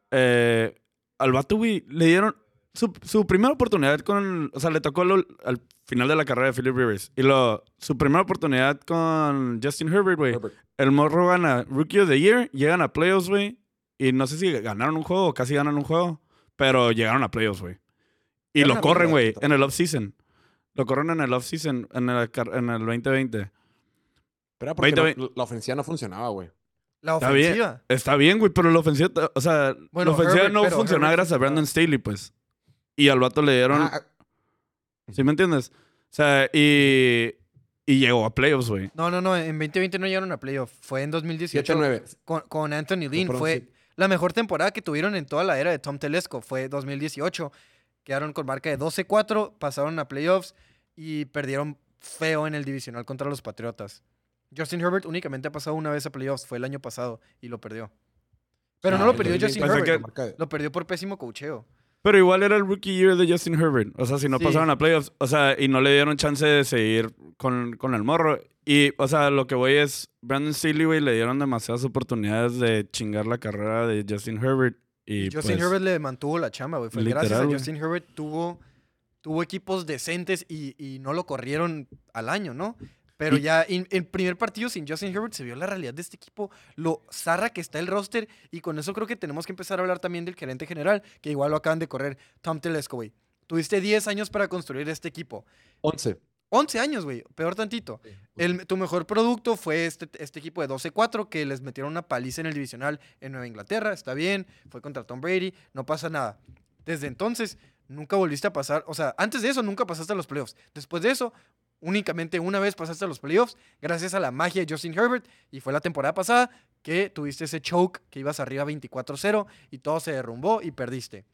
Eh, al vato, güey, le dieron su, su primera oportunidad con. O sea, le tocó lo- al final de la carrera de Philip Rivers. Y lo, su primera oportunidad con Justin Herbert, güey. Herbert. El morro gana Rookie of the Year, llegan a playoffs, güey. Y no sé si ganaron un juego o casi ganan un juego, pero llegaron a playoffs, güey. Y Era lo una corren, mierda, güey, total. en el off-season. Lo corren en el off-season, en el, car- en el veinte veinte. Pero era porque veinte, no- la ofensiva no funcionaba, güey. La Está bien. ofensiva. Está bien, güey, pero la ofensiva, ta- o sea, Bueno, la ofensiva Herbert, no pero funcionaba Herbert gracias a funcionaba. Brandon Staley, pues. Y al vato le dieron, Ah, ¿sí me entiendes? O sea, y, y llegó a playoffs, güey. No, no, no. En veinte veinte no llegaron a playoff. Fue en dos mil dieciocho siete nueve. con, con Anthony Lynn. fueron Fue siete. la mejor temporada que tuvieron en toda la era de Tom Telesco. Fue dos mil dieciocho. Quedaron con marca de doce cuatro, pasaron a playoffs y perdieron feo en el divisional contra los Patriotas. Justin Herbert únicamente ha pasado una vez a playoffs. Fue el año pasado y lo perdió. Pero no Ah, lo el perdió dos mil Justin veinte Herbert. fue con marca de- Lo perdió por pésimo coacheo. Pero igual era el rookie year de Justin Herbert. O sea, si no Sí. pasaron a playoffs, o sea, y no le dieron chance de seguir con, con el morro. Y, o sea, lo que voy es, Brandon Staley, güey, le dieron demasiadas oportunidades de chingar la carrera de Justin Herbert. Y, Justin pues, Herbert le mantuvo la chamba, güey. Fue gracias literal, a güey. Justin Herbert tuvo, tuvo equipos decentes y, y no lo corrieron al año, ¿no? Pero Y- ya en el primer partido sin Justin Herbert se vio la realidad de este equipo, lo zarra que está el roster, y con eso creo que tenemos que empezar a hablar también del gerente general, que igual lo acaban de correr, Tom Telesco, güey. Tuviste diez años para construir este equipo. once. once años, güey, peor tantito. El- tu mejor producto fue este, este equipo de doce cuatro que les metieron una paliza en el divisional en Nueva Inglaterra. Está bien, fue contra Tom Brady, no pasa nada. Desde entonces, nunca volviste a pasar. O sea, antes de eso, nunca pasaste a los playoffs. Después de eso, únicamente una vez pasaste a los playoffs, gracias a la magia de Justin Herbert. Y fue la temporada pasada que tuviste ese choke que ibas arriba veinticuatro cero y todo se derrumbó y perdiste.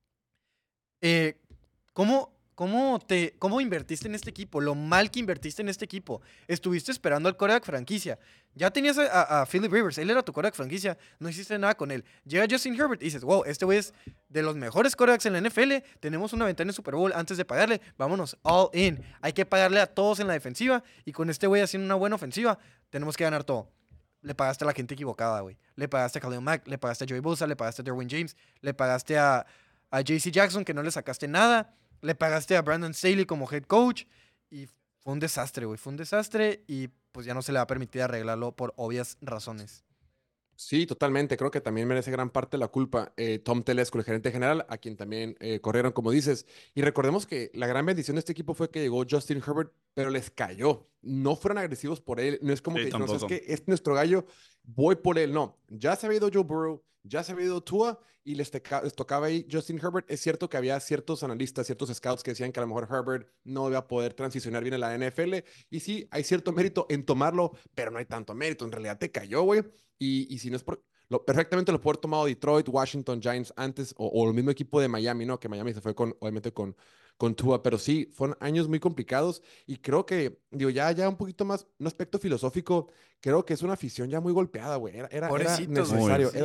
Eh, ¿cómo, cómo, te, ¿Cómo invertiste en este equipo? Lo mal que invertiste en este equipo. Estuviste esperando al quarterback franquicia. Ya tenías a, a, a Philip Rivers, él era tu quarterback franquicia, no hiciste nada con él. Llega Justin Herbert y dices, wow, este güey es de los mejores quarterbacks en la N F L, tenemos una ventana en Super Bowl antes de pagarle, vámonos all in. Hay que pagarle a todos en la defensiva y con este güey haciendo una buena ofensiva, tenemos que ganar todo. Le pagaste a la gente equivocada, güey. Le pagaste a Khalil Mack, le pagaste a Joey Bosa, le pagaste a Derwin James, le pagaste a, a J C Jackson, que no le sacaste nada. Le pagaste a Brandon Staley como head coach. Y fue un desastre, güey. Fue un desastre y pues ya no se le va a permitir arreglarlo por obvias razones. Sí, totalmente. Creo que también merece gran parte de la culpa eh, Tom Telesco, el gerente general, a quien también eh, corrieron, como dices. Y recordemos que la gran bendición de este equipo fue que llegó Justin Herbert, pero les cayó. No fueron agresivos por él. No es como Sí, que, no sabes tampoco. que es nuestro gallo, voy por él. No, ya se había ido Joe Burrow, ya se había ido Tua y les, teca- les tocaba ahí Justin Herbert. Es cierto que había ciertos analistas, ciertos scouts que decían que a lo mejor Herbert no iba a poder transicionar bien a la N F L. Y sí, hay cierto mérito en tomarlo, pero no hay tanto mérito. En realidad te cayó, güey. Y, y si no es por... Lo, perfectamente lo pudo haber tomado Detroit, Washington, Giants antes, o, o el mismo equipo de Miami, ¿no? Que Miami se fue con, obviamente, con, con Tua, pero sí, fueron años muy complicados y creo que, digo, ya, ya un poquito más, un aspecto filosófico, creo que es una afición ya muy golpeada, güey. Era, era, era Pobrecitos, güey. necesario, Sí, era,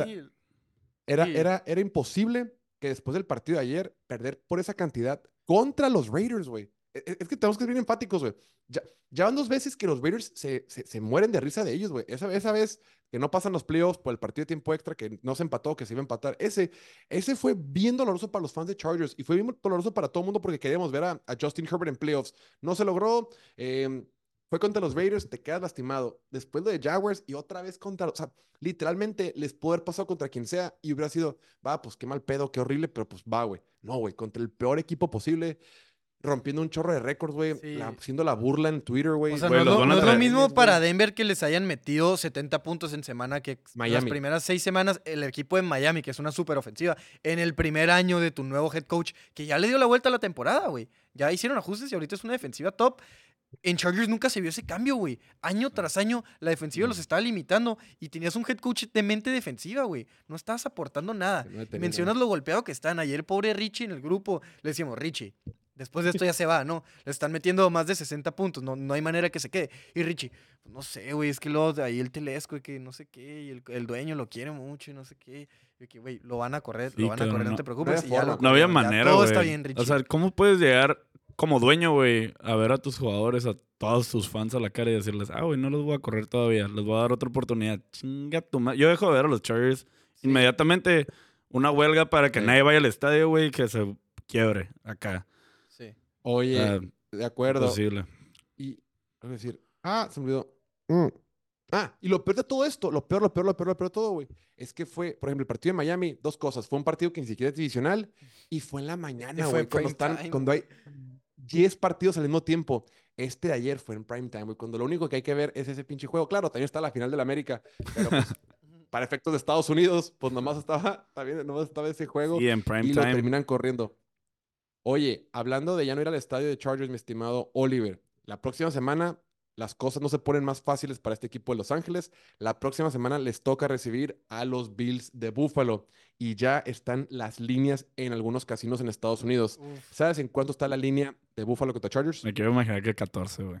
era, sí. era, era imposible que después del partido de ayer perder por esa cantidad contra los Raiders, güey. E- e- Es que tenemos que ser bien empáticos, güey. Ya, ya van dos veces que los Raiders se, se, se mueren de risa de ellos, güey. Esa, esa vez que no pasan los playoffs por el partido de tiempo extra, que no se empató, que se iba a empatar. Ese, ese fue bien doloroso para los fans de Chargers y fue bien doloroso para todo el mundo porque queríamos ver a, a Justin Herbert en playoffs. No se logró. eh, fue contra los Raiders, te quedas lastimado. Después lo de Jaguars y otra vez contra... O sea, literalmente les pudo haber pasado contra quien sea y hubiera sido, va, pues qué mal pedo, qué horrible, pero pues va, güey. No, güey, contra el peor equipo posible, rompiendo un chorro de récords, güey, Sí. la- haciendo la burla en Twitter, güey. O sea, Güey, no, es los lo, van a no es lo traer. mismo Güey. para Denver que les hayan metido setenta puntos en semana que las Miami. primeras seis semanas el equipo de Miami, que es una súper ofensiva, en el primer año de tu nuevo head coach, que ya le dio la vuelta a la temporada, güey. Ya hicieron ajustes y ahorita es una defensiva top. En Chargers nunca se vio ese cambio, güey. Año tras año la defensiva los estaba limitando y tenías un head coach de mente defensiva, güey. No estabas aportando nada. Que no detenía Mencionas nada. lo golpeado que están. Ayer, pobre Richie en el grupo, le decíamos, Richie, después de esto ya se va, ¿no? Le están metiendo más de sesenta puntos, no, no hay manera que se quede. Y Richie, pues no sé, güey, es que luego de ahí el Telesco y que no sé qué, y el, el dueño lo quiere mucho y no sé qué. Y que, güey, lo van a correr, Sí, lo van a que correr, no, no- te preocupes. no y ya había lo forma. No había corrieron, ya manera, todo güey. está bien, Richie. O sea, ¿cómo puedes llegar como dueño, güey, a ver a tus jugadores, a todos tus fans a la cara y decirles, ah, güey, no los voy a correr todavía, les voy a dar otra oportunidad? Chinga tu madre. Yo dejo de ver a los Chargers inmediatamente una huelga para que Sí. nadie vaya al estadio, güey, que se quiebre acá. Sí. Oye, Ah, de acuerdo. Imposible. Y, es decir, ah, se me olvidó. Mm. Ah, y lo peor de todo esto, lo peor, lo peor, lo peor, lo peor de todo, güey, es que fue, por ejemplo, el partido de Miami, dos cosas. Fue un partido que ni siquiera es divisional y fue en la mañana, fue güey, en cuando prime están, time. cuando hay diez partidos al mismo tiempo. Este de ayer fue en prime time, güey, cuando lo único que hay que ver es ese pinche juego. Claro, también está la final de la América, pero pues, para efectos de Estados Unidos, pues nomás estaba, también nomás estaba ese juego Sí, en prime y lo time. terminan corriendo. Oye, hablando de ya no ir al estadio de Chargers, mi estimado Oliver, la próxima semana las cosas no se ponen más fáciles para este equipo de Los Ángeles. La próxima semana les toca recibir a los Bills de Buffalo y ya están las líneas en algunos casinos en Estados Unidos. Uf. ¿Sabes en cuánto está la línea de Buffalo contra Chargers? Me quiero imaginar que catorce, güey.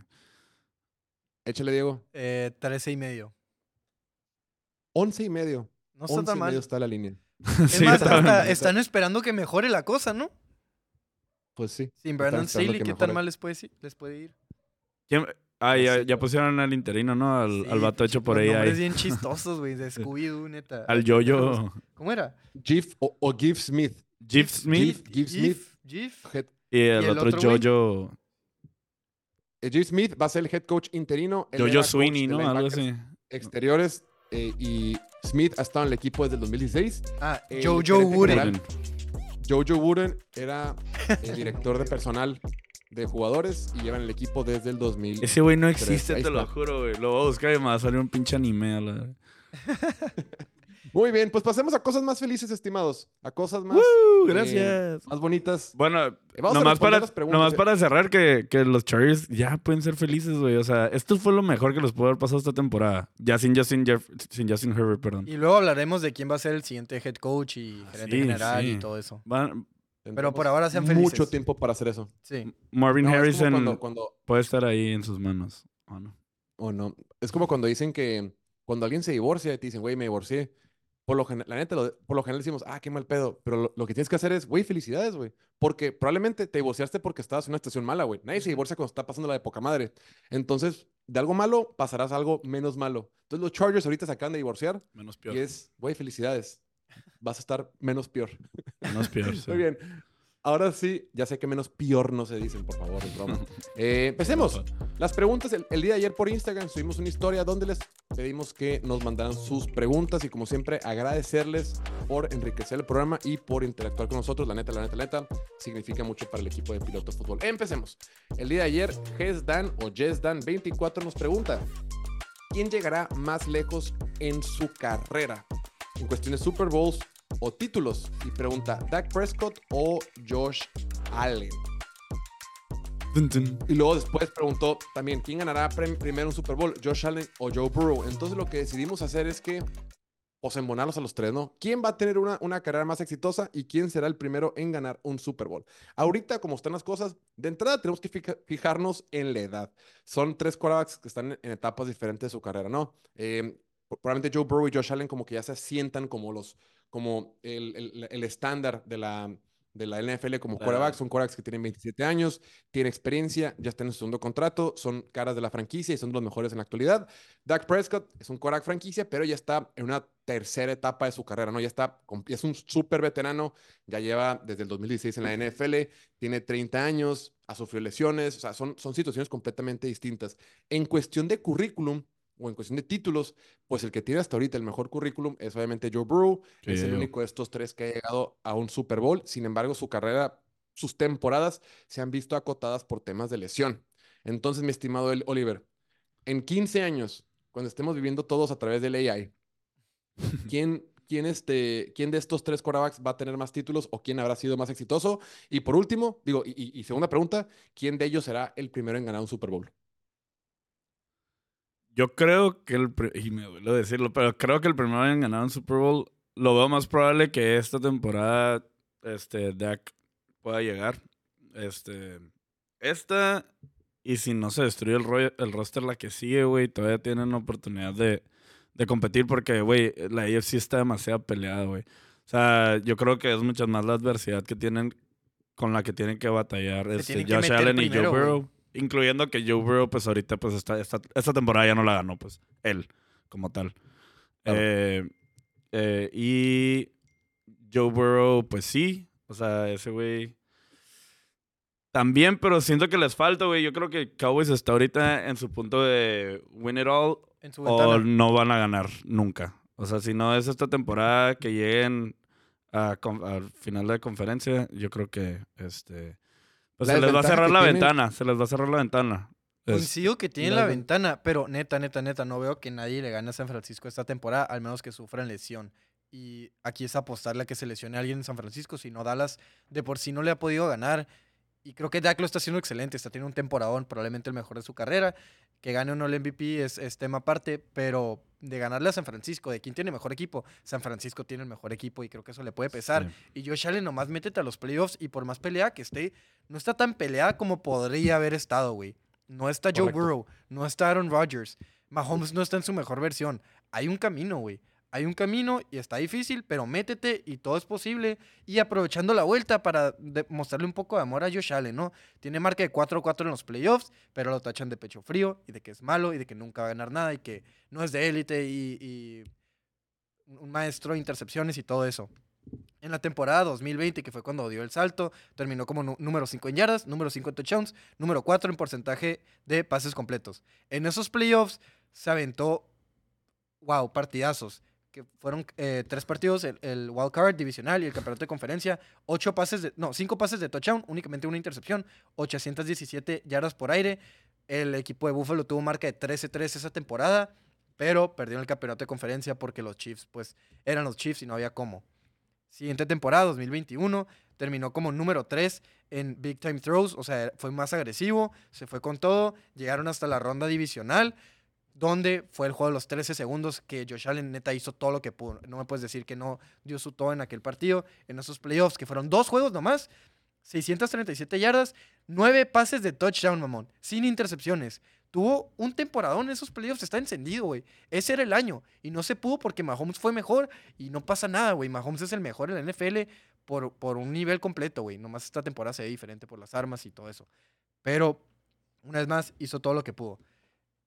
Échale, Diego. Eh, trece y medio. Once y medio. No está Once tan y mal. medio está la línea. Es Sí, más, está- hasta están esperando que mejore la cosa, ¿no? Pues sí. Sin están Brandon esperando Staley, que ¿qué mejore. tan mal les puede, si- les puede ir? ¿Quién- Ah, No ya, sé, ya güey. pusieron al interino, ¿no? Al, Sí, al vato hecho pinche- por los ahí. nombres ahí. bien chistosos, güey, de Scooby-Doo, neta. Al yo-yo. ¿Cómo era? Gif o, o Give Smith. Jeff Smith Gif, Give Smith. Gif, Gif. Head- y el, ¿Y el otro otro güey? yo-yo. eh, Gif Smith va a ser el head coach interino. Él Yo-yo era coach Sweeney, de ¿no? Algo linebackers así. Exteriores. eh, y Smith ha estado en el equipo desde el dos mil dieciséis. Ah, El Jojo gerente Wooden. general. Jojo Wooden era el director de personal de jugadores y lleva en el equipo desde el dos mil. Ese güey no Tres, existe, ahí te lo está. juro, güey. Lo voy a buscar y me va a salir un pinche anime a la... Muy bien, pues pasemos a cosas más felices, estimados. A cosas más, ¡Uh! eh, Gracias. más bonitas. Bueno, Vamos a nomás, responder para, las preguntas, nomás eh. para cerrar que, que los Chargers ya pueden ser felices, güey. O sea, esto fue lo mejor que les pudo haber pasado esta temporada. Ya sin Justin, Jeff- sin Justin Herbert, perdón. Y luego hablaremos de quién va a ser el siguiente head coach y gerente Sí, general sí. y todo eso. Van- Pero por ahora sean felices. Mucho tiempo para hacer eso. Sí. Marvin No, es como Harrison cuando, cuando, puede estar ahí en sus manos. ¿O no? o no. Es como cuando dicen que cuando alguien se divorcia y te dicen, güey, me divorcié. Por lo general, la neta, lo- por lo general decimos, ah, qué mal pedo. Pero lo, lo que tienes que hacer es, güey, felicidades, güey. Porque probablemente te divorciaste porque estabas en una situación mala, güey. Nadie se divorcia cuando está pasando la de poca madre. Entonces, de algo malo pasarás a algo menos malo. Entonces, los Chargers ahorita se acaban de divorciar Menos peor. y es, güey, felicidades. vas a estar menos peor. No es peor. sí. Muy bien. Ahora sí, ya sé que menos peor no se dicen, por favor, es broma. Eh, empecemos. Las preguntas, el, el día de ayer por Instagram subimos una historia donde les pedimos que nos mandaran sus preguntas y como siempre agradecerles por enriquecer el programa y por interactuar con nosotros. La neta, la neta, la neta, significa mucho para el equipo de Piloto Fútbol. Empecemos. El día de ayer, Jesdan o Jesdan veinticuatro nos pregunta: ¿quién llegará más lejos en su carrera en cuestiones Super Bowls o títulos? Y pregunta, ¿Dak Prescott o Josh Allen? Tun, tun. Y luego después preguntó también, ¿quién ganará prim- primero un Super Bowl? ¿Josh Allen o Joe Burrow? Entonces lo que decidimos hacer es que, pues, embonarlos a los tres, ¿no? ¿Quién va a tener una, una carrera más exitosa y quién será el primero en ganar un Super Bowl? Ahorita, como están las cosas, de entrada tenemos que fija- fijarnos en la edad. Son tres quarterbacks que están en, en etapas diferentes de su carrera, ¿no? Eh, probablemente Joe Burrow y Josh Allen como que ya se sientan como los, como el, el, el estándar de la, de la N F L como Claro. quarterbacks. Son quarterbacks que tienen veintisiete años, tienen experiencia, ya están en su segundo contrato, son caras de la franquicia y son los mejores en la actualidad. Dak Prescott es un quarterback franquicia, pero ya está en una tercera etapa de su carrera, ¿no? Ya está, ya es un súper veterano, ya lleva desde el dos mil dieciséis en la N F L, tiene treinta años, ha sufrido lesiones, o sea, son, son situaciones completamente distintas. En cuestión de currículum, o en cuestión de títulos, pues el que tiene hasta ahorita el mejor currículum es obviamente Joe Burrow, Sí, es el yo. único de estos tres que ha llegado a un Super Bowl. Sin embargo, su carrera, sus temporadas se han visto acotadas por temas de lesión. Entonces, mi estimado El- Oliver, en quince años, cuando estemos viviendo todos a través del A I, ¿quién, quién, este, quién de estos tres quarterbacks va a tener más títulos o quién habrá sido más exitoso? Y por último, digo, y, y- y segunda pregunta, ¿quién de ellos será el primero en ganar un Super Bowl? Yo creo que el... pri- Y me duele decirlo, pero creo que el primero en ganar un Super Bowl lo veo más probable que esta temporada este, Dak pueda llegar. Este, esta, y si no se destruye el, rollo- el roster la que sigue, güey, todavía tienen oportunidad de, de competir porque, güey, la A F C está demasiado peleada, güey. O sea, yo creo que es mucho más la adversidad que tienen con la que tienen que batallar Se este, tienen que Josh meter Allen y primero, Joe güey. Burrow. Incluyendo que Joe Burrow, pues ahorita, pues esta, esta, esta temporada ya no la ganó, pues, él, como tal. Claro. Eh, eh, y Joe Burrow, pues sí. O sea, ese güey también, pero siento que les falta, güey. Yo creo que Cowboys está ahorita en su punto de win it all En su o ventana. no van a ganar nunca. O sea, si no es esta temporada que lleguen a con- al final de conferencia, yo creo que este pues La se les va a desventaja cerrar que la tienen- ventana, se les va a cerrar la ventana. Es- Coincido que tienen la la ven- ventana, pero neta, neta, neta, no veo que nadie le gane a San Francisco esta temporada, al menos que sufran lesión. Y aquí es apostarle a que se lesione a alguien en San Francisco, si no Dallas de por sí no le ha podido ganar. Y creo que Dak lo está haciendo excelente, está teniendo un temporadón, probablemente el mejor de su carrera. Que gane o no el M V P es, es tema aparte, pero de ganarle a San Francisco, de quién tiene mejor equipo, San Francisco tiene el mejor equipo y creo que eso le puede pesar. Sí. Y Josh Allen nomás métete a los playoffs y por más pelea que esté, no está tan peleada como podría haber estado, güey. No está Joe Correcto. Burrow, no está Aaron Rodgers. Mahomes no está en su mejor versión. Hay un camino, güey. Hay un camino y está difícil, pero métete y todo es posible. Y aprovechando la vuelta para de- mostrarle un poco de amor a Josh Allen, ¿no? Tiene marca de cuatro cuatro en los playoffs, pero lo tachan de pecho frío y de que es malo y de que nunca va a ganar nada y que no es de élite y, y un maestro de intercepciones y todo eso. En la temporada dos mil veinte, que fue cuando dio el salto, terminó como nu- número cinco en yardas, número cinco en touchdowns, número cuatro en porcentaje de pases completos. En esos playoffs se aventó, wow, partidazos, que fueron eh, tres partidos, el, el wild card divisional y el campeonato de conferencia, ocho pases de, no, cinco pases de touchdown, únicamente una intercepción, ochocientas diecisiete yardas por aire. El equipo de Buffalo tuvo marca de trece tres esa temporada, pero perdieron el campeonato de conferencia porque los Chiefs, pues, eran los Chiefs y no había cómo. Siguiente temporada, dos mil veintiuno, terminó como número tres en Big Time Throws, o sea, fue más agresivo, se fue con todo, llegaron hasta la ronda divisional, donde fue el juego de los trece segundos que Josh Allen neta hizo todo lo que pudo. No me puedes decir que no dio su todo en aquel partido, en esos playoffs, que fueron dos juegos nomás, seiscientas treinta y siete yardas, nueve pases de touchdown, mamón, sin intercepciones. Tuvo un temporadón en esos playoffs, está encendido, güey. Ese era el año. Y no se pudo porque Mahomes fue mejor y no pasa nada, güey. Mahomes es el mejor en la N F L por, por un nivel completo, güey. Nomás esta temporada se ve diferente por las armas y todo eso. Pero, una vez más, hizo todo lo que pudo.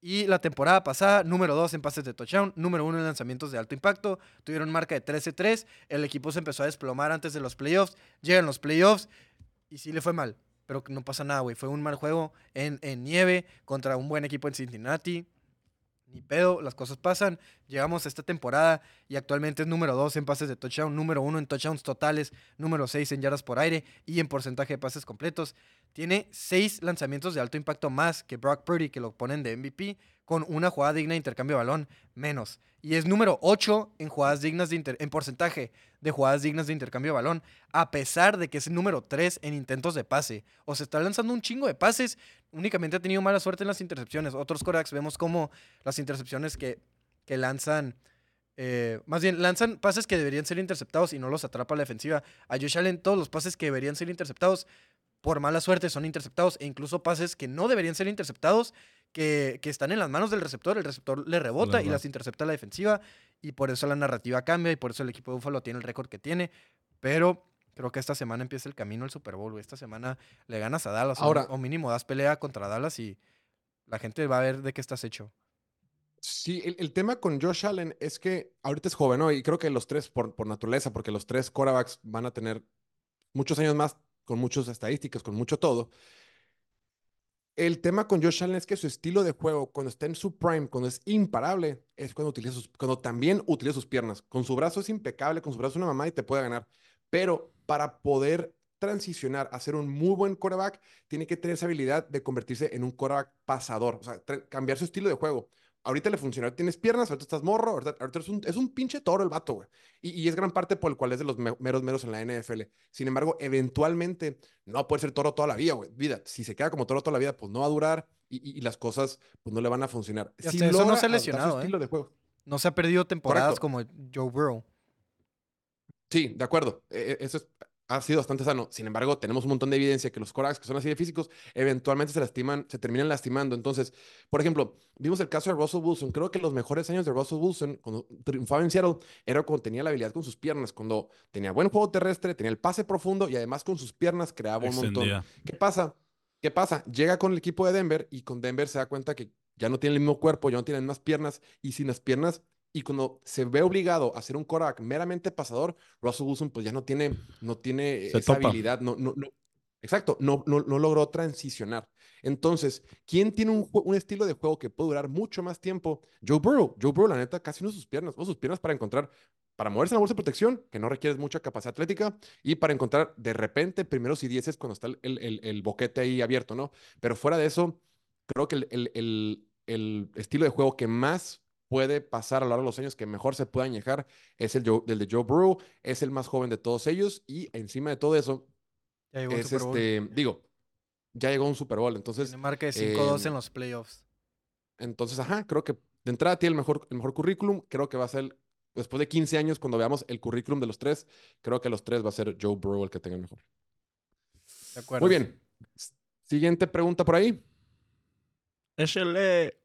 Y la temporada pasada, número dos en pases de touchdown, número uno en lanzamientos de alto impacto. Tuvieron marca de trece tres. El equipo se empezó a desplomar antes de los playoffs. Llegan los playoffs y sí le fue mal. Pero no pasa nada, güey. Fue un mal juego en, en nieve contra un buen equipo en Cincinnati. Ni pedo, las cosas pasan. Llegamos a esta temporada y actualmente es número dos en pases de touchdown, número uno en touchdowns totales, número seis en yardas por aire y en porcentaje de pases completos. Tiene seis lanzamientos de alto impacto más que Brock Purdy, que lo ponen de M V P, con una jugada digna de intercambio de balón menos. Y es número ocho en jugadas dignas de inter- en porcentaje de jugadas dignas de intercambio de balón, a pesar de que es el número tres en intentos de pase. O se está lanzando un chingo de pases, únicamente ha tenido mala suerte en las intercepciones. Otros quarterbacks vemos como las intercepciones que, que lanzan, eh, más bien lanzan pases que deberían ser interceptados y no los atrapa la defensiva. A Josh Allen todos los pases que deberían ser interceptados por mala suerte son interceptados, e incluso pases que no deberían ser interceptados, que, que están en las manos del receptor, el receptor le rebota Claro. y las intercepta la defensiva, y por eso la narrativa cambia y por eso el equipo de Buffalo tiene el récord que tiene. Pero creo que esta semana empieza el camino al Super Bowl, güey. Esta semana le ganas a Dallas, Ahora- o, o mínimo das pelea contra Dallas y la gente va a ver de qué estás hecho. Sí, el, el tema con Josh Allen es que ahorita es joven, ¿no? Y creo que los tres, por, por naturaleza, porque los tres quarterbacks van a tener muchos años más, con muchas estadísticas, con mucho todo. El tema con Josh Allen es que su estilo de juego, cuando está en su prime, cuando es imparable, es cuando, utiliza sus, cuando también utiliza sus piernas. Con su brazo es impecable, con su brazo es una mamá y te puede ganar. Pero para poder transicionar a ser un muy buen quarterback, tiene que tener esa habilidad de convertirse en un quarterback pasador, o sea, tra- cambiar su estilo de juego. Ahorita le funciona, ahorita tienes piernas, ahorita estás morro, ahorita, ahorita es, un, es un pinche toro el vato, güey. Y, y es gran parte por el cual es de los me- meros meros en la N F L. Sin embargo, eventualmente no va a poder ser toro toda la vida, güey. Vida, si se queda como toro toda la vida, pues no va a durar y, y- y las cosas pues no le van a funcionar. Y hasta Si eso no logra se ha adaptar su lesionado, ¿eh? estilo de juego. No se ha perdido temporadas Correcto. como Joe Burrow. Sí, de acuerdo. E- e- Eso es- ha sido bastante sano. Sin embargo, tenemos un montón de evidencia que los quarterbacks que son así de físicos eventualmente se lastiman, se terminan lastimando. Entonces, por ejemplo, vimos el caso de Russell Wilson. Creo que los mejores años de Russell Wilson, cuando triunfaba en Seattle, era cuando tenía la habilidad con sus piernas, cuando tenía buen juego terrestre, tenía el pase profundo y además con sus piernas creaba un montón. Extendía. ¿Qué pasa? ¿Qué pasa? Llega con el equipo de Denver y con Denver se da cuenta que ya no tiene el mismo cuerpo, ya no tienen más piernas y sin las piernas. Y cuando se ve obligado a ser un quarterback meramente pasador, Russell Wilson pues ya no tiene, no tiene Se esa topa. habilidad, no, no, no, exacto, no, no, no logró transicionar. Entonces, ¿quién tiene un, jue- un estilo de juego que puede durar mucho más tiempo? Joe Burrow. Joe Burrow, la neta, casi no usa sus piernas, usa sus piernas para encontrar, para moverse en la bolsa de protección, que no requiere mucha capacidad atlética, y para encontrar de repente primeros y dieces cuando está el, el, el- el boquete ahí abierto, ¿no? Pero fuera de eso, creo que el, el, el, el estilo de juego que más puede pasar a lo largo de los años, que mejor se puede añejar, es el, Joe- el de Joe Burrow, es el más joven de todos ellos, y encima de todo eso, Ya llegó un es Super Bowl. este, digo, ya llegó un Super Bowl, entonces, Tiene marca de cinco dos eh, en los playoffs. entonces, ajá, creo que de entrada tiene el mejor, el mejor currículum, creo que va a ser, después de quince años, cuando veamos el currículum de los tres, creo que los tres va a ser Joe Burrow el que tenga el mejor. De acuerdo. Muy bien, S- siguiente pregunta por ahí. Échale.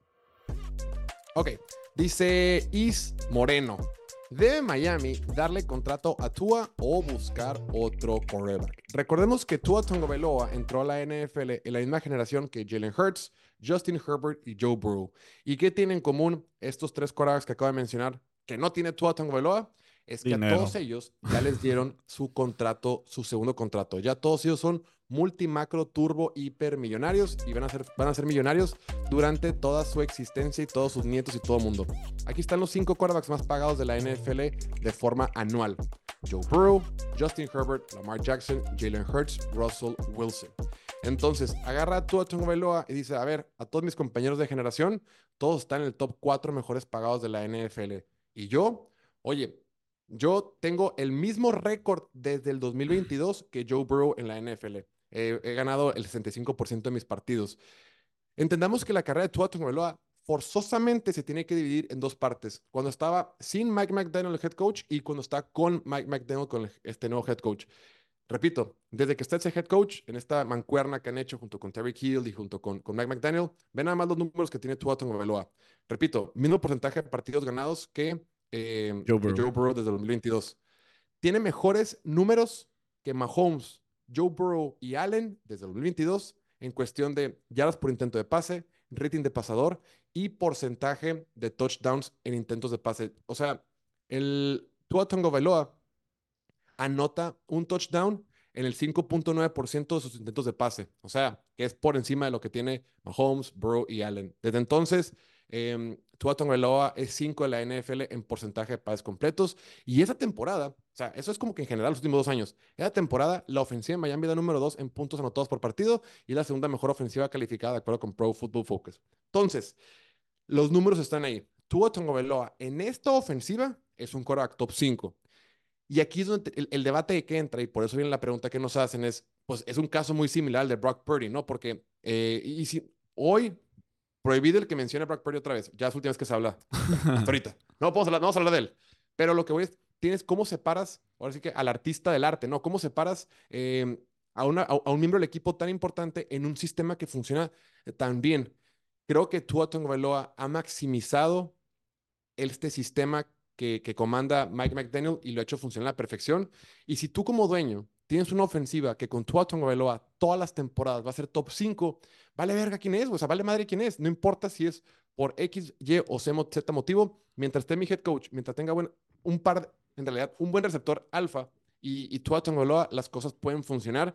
Ok, dice Is Moreno. ¿Debe Miami darle contrato a Tua o buscar otro quarterback? Recordemos que Tua Tagovailoa entró a la N F L en la misma generación que Jalen Hurts, Justin Herbert y Joe Burrow. ¿Y qué tienen en común estos tres quarterbacks que acabo de mencionar? Que no tiene Tua Tagovailoa es que Dinero. a todos ellos ya les dieron su contrato, su segundo contrato. Ya todos ellos son multimacro, turbo, hipermillonarios y van a ser, van a ser millonarios durante toda su existencia y todos sus nietos y todo el mundo. Aquí están los cinco quarterbacks más pagados de la N F L de forma anual. Joe Burrow, Justin Herbert, Lamar Jackson, Jalen Hurts, Russell Wilson. Entonces, agarra a Tua Tagovailoa y dice, a ver, a todos mis compañeros de generación, todos están en el top cuatro mejores pagados de la N F L. Y yo, oye, yo tengo el mismo récord desde el dos mil veintidós que Joe Burrow en la N F L. Eh, he ganado el sesenta y cinco por ciento de mis partidos. Entendamos que la carrera de Tua Tagovailoa forzosamente se tiene que dividir en dos partes. Cuando estaba sin Mike McDaniel, el head coach, y cuando está con Mike McDaniel, con el- este nuevo head coach. Repito, desde que está ese head coach, en esta mancuerna que han hecho junto con Terry Hill y junto con, con Mike McDaniel, ven nada más los números que tiene Tua Tagovailoa. Repito, mismo porcentaje de partidos ganados que, eh, Joe que Burrow. Joe Burrow desde el dos mil veintidós. Tiene mejores números que Mahomes, Joe Burrow y Allen desde el dos mil veintidós en cuestión de yardas por intento de pase, rating de pasador y porcentaje de touchdowns en intentos de pase. O sea, el Tua Tagovailoa anota un touchdown en el cinco punto nueve por ciento de sus intentos de pase. O sea, que es por encima de lo que tiene Mahomes, Burrow y Allen. Desde entonces, eh, Tua Tagovailoa es cinco de la N F L en porcentaje de pases completos. Y esa temporada, o sea, eso es como que en general los últimos dos años. Esa temporada, la ofensiva de Miami da número dos en puntos anotados por partido y la segunda mejor ofensiva calificada de acuerdo con Pro Football Focus. Entonces, los números están ahí. Tua Tagovailoa en esta ofensiva es un quarterback top cinco. Y aquí es donde el, el debate que entra, y por eso viene la pregunta que nos hacen, es, pues es un caso muy similar al de Brock Purdy, ¿no? Porque, eh, y si hoy, prohibido el que mencione a Brock Purdy otra vez, ya es la última vez que se habla, hasta ahorita. No podemos hablar, no vamos a hablar de él. Pero lo que voy es, tienes cómo separas, ahora sí que al artista del arte, ¿no? ¿Cómo separas eh, a, una, a, a un miembro del equipo tan importante en un sistema que funciona tan bien? Creo que Tua Tagovailoa ha maximizado este sistema que, que comanda Mike McDaniel y lo ha hecho funcionar a la perfección. Y si tú como dueño tienes una ofensiva que con Tua Tagovailoa todas las temporadas va a ser top cinco, vale verga quién es, o sea, vale madre quién es. No importa si es por X, Y o Z motivo, mientras esté mi head coach, mientras tenga buen, un par, en realidad, un buen receptor alfa y, y Tua Tagovailoa, las cosas pueden funcionar.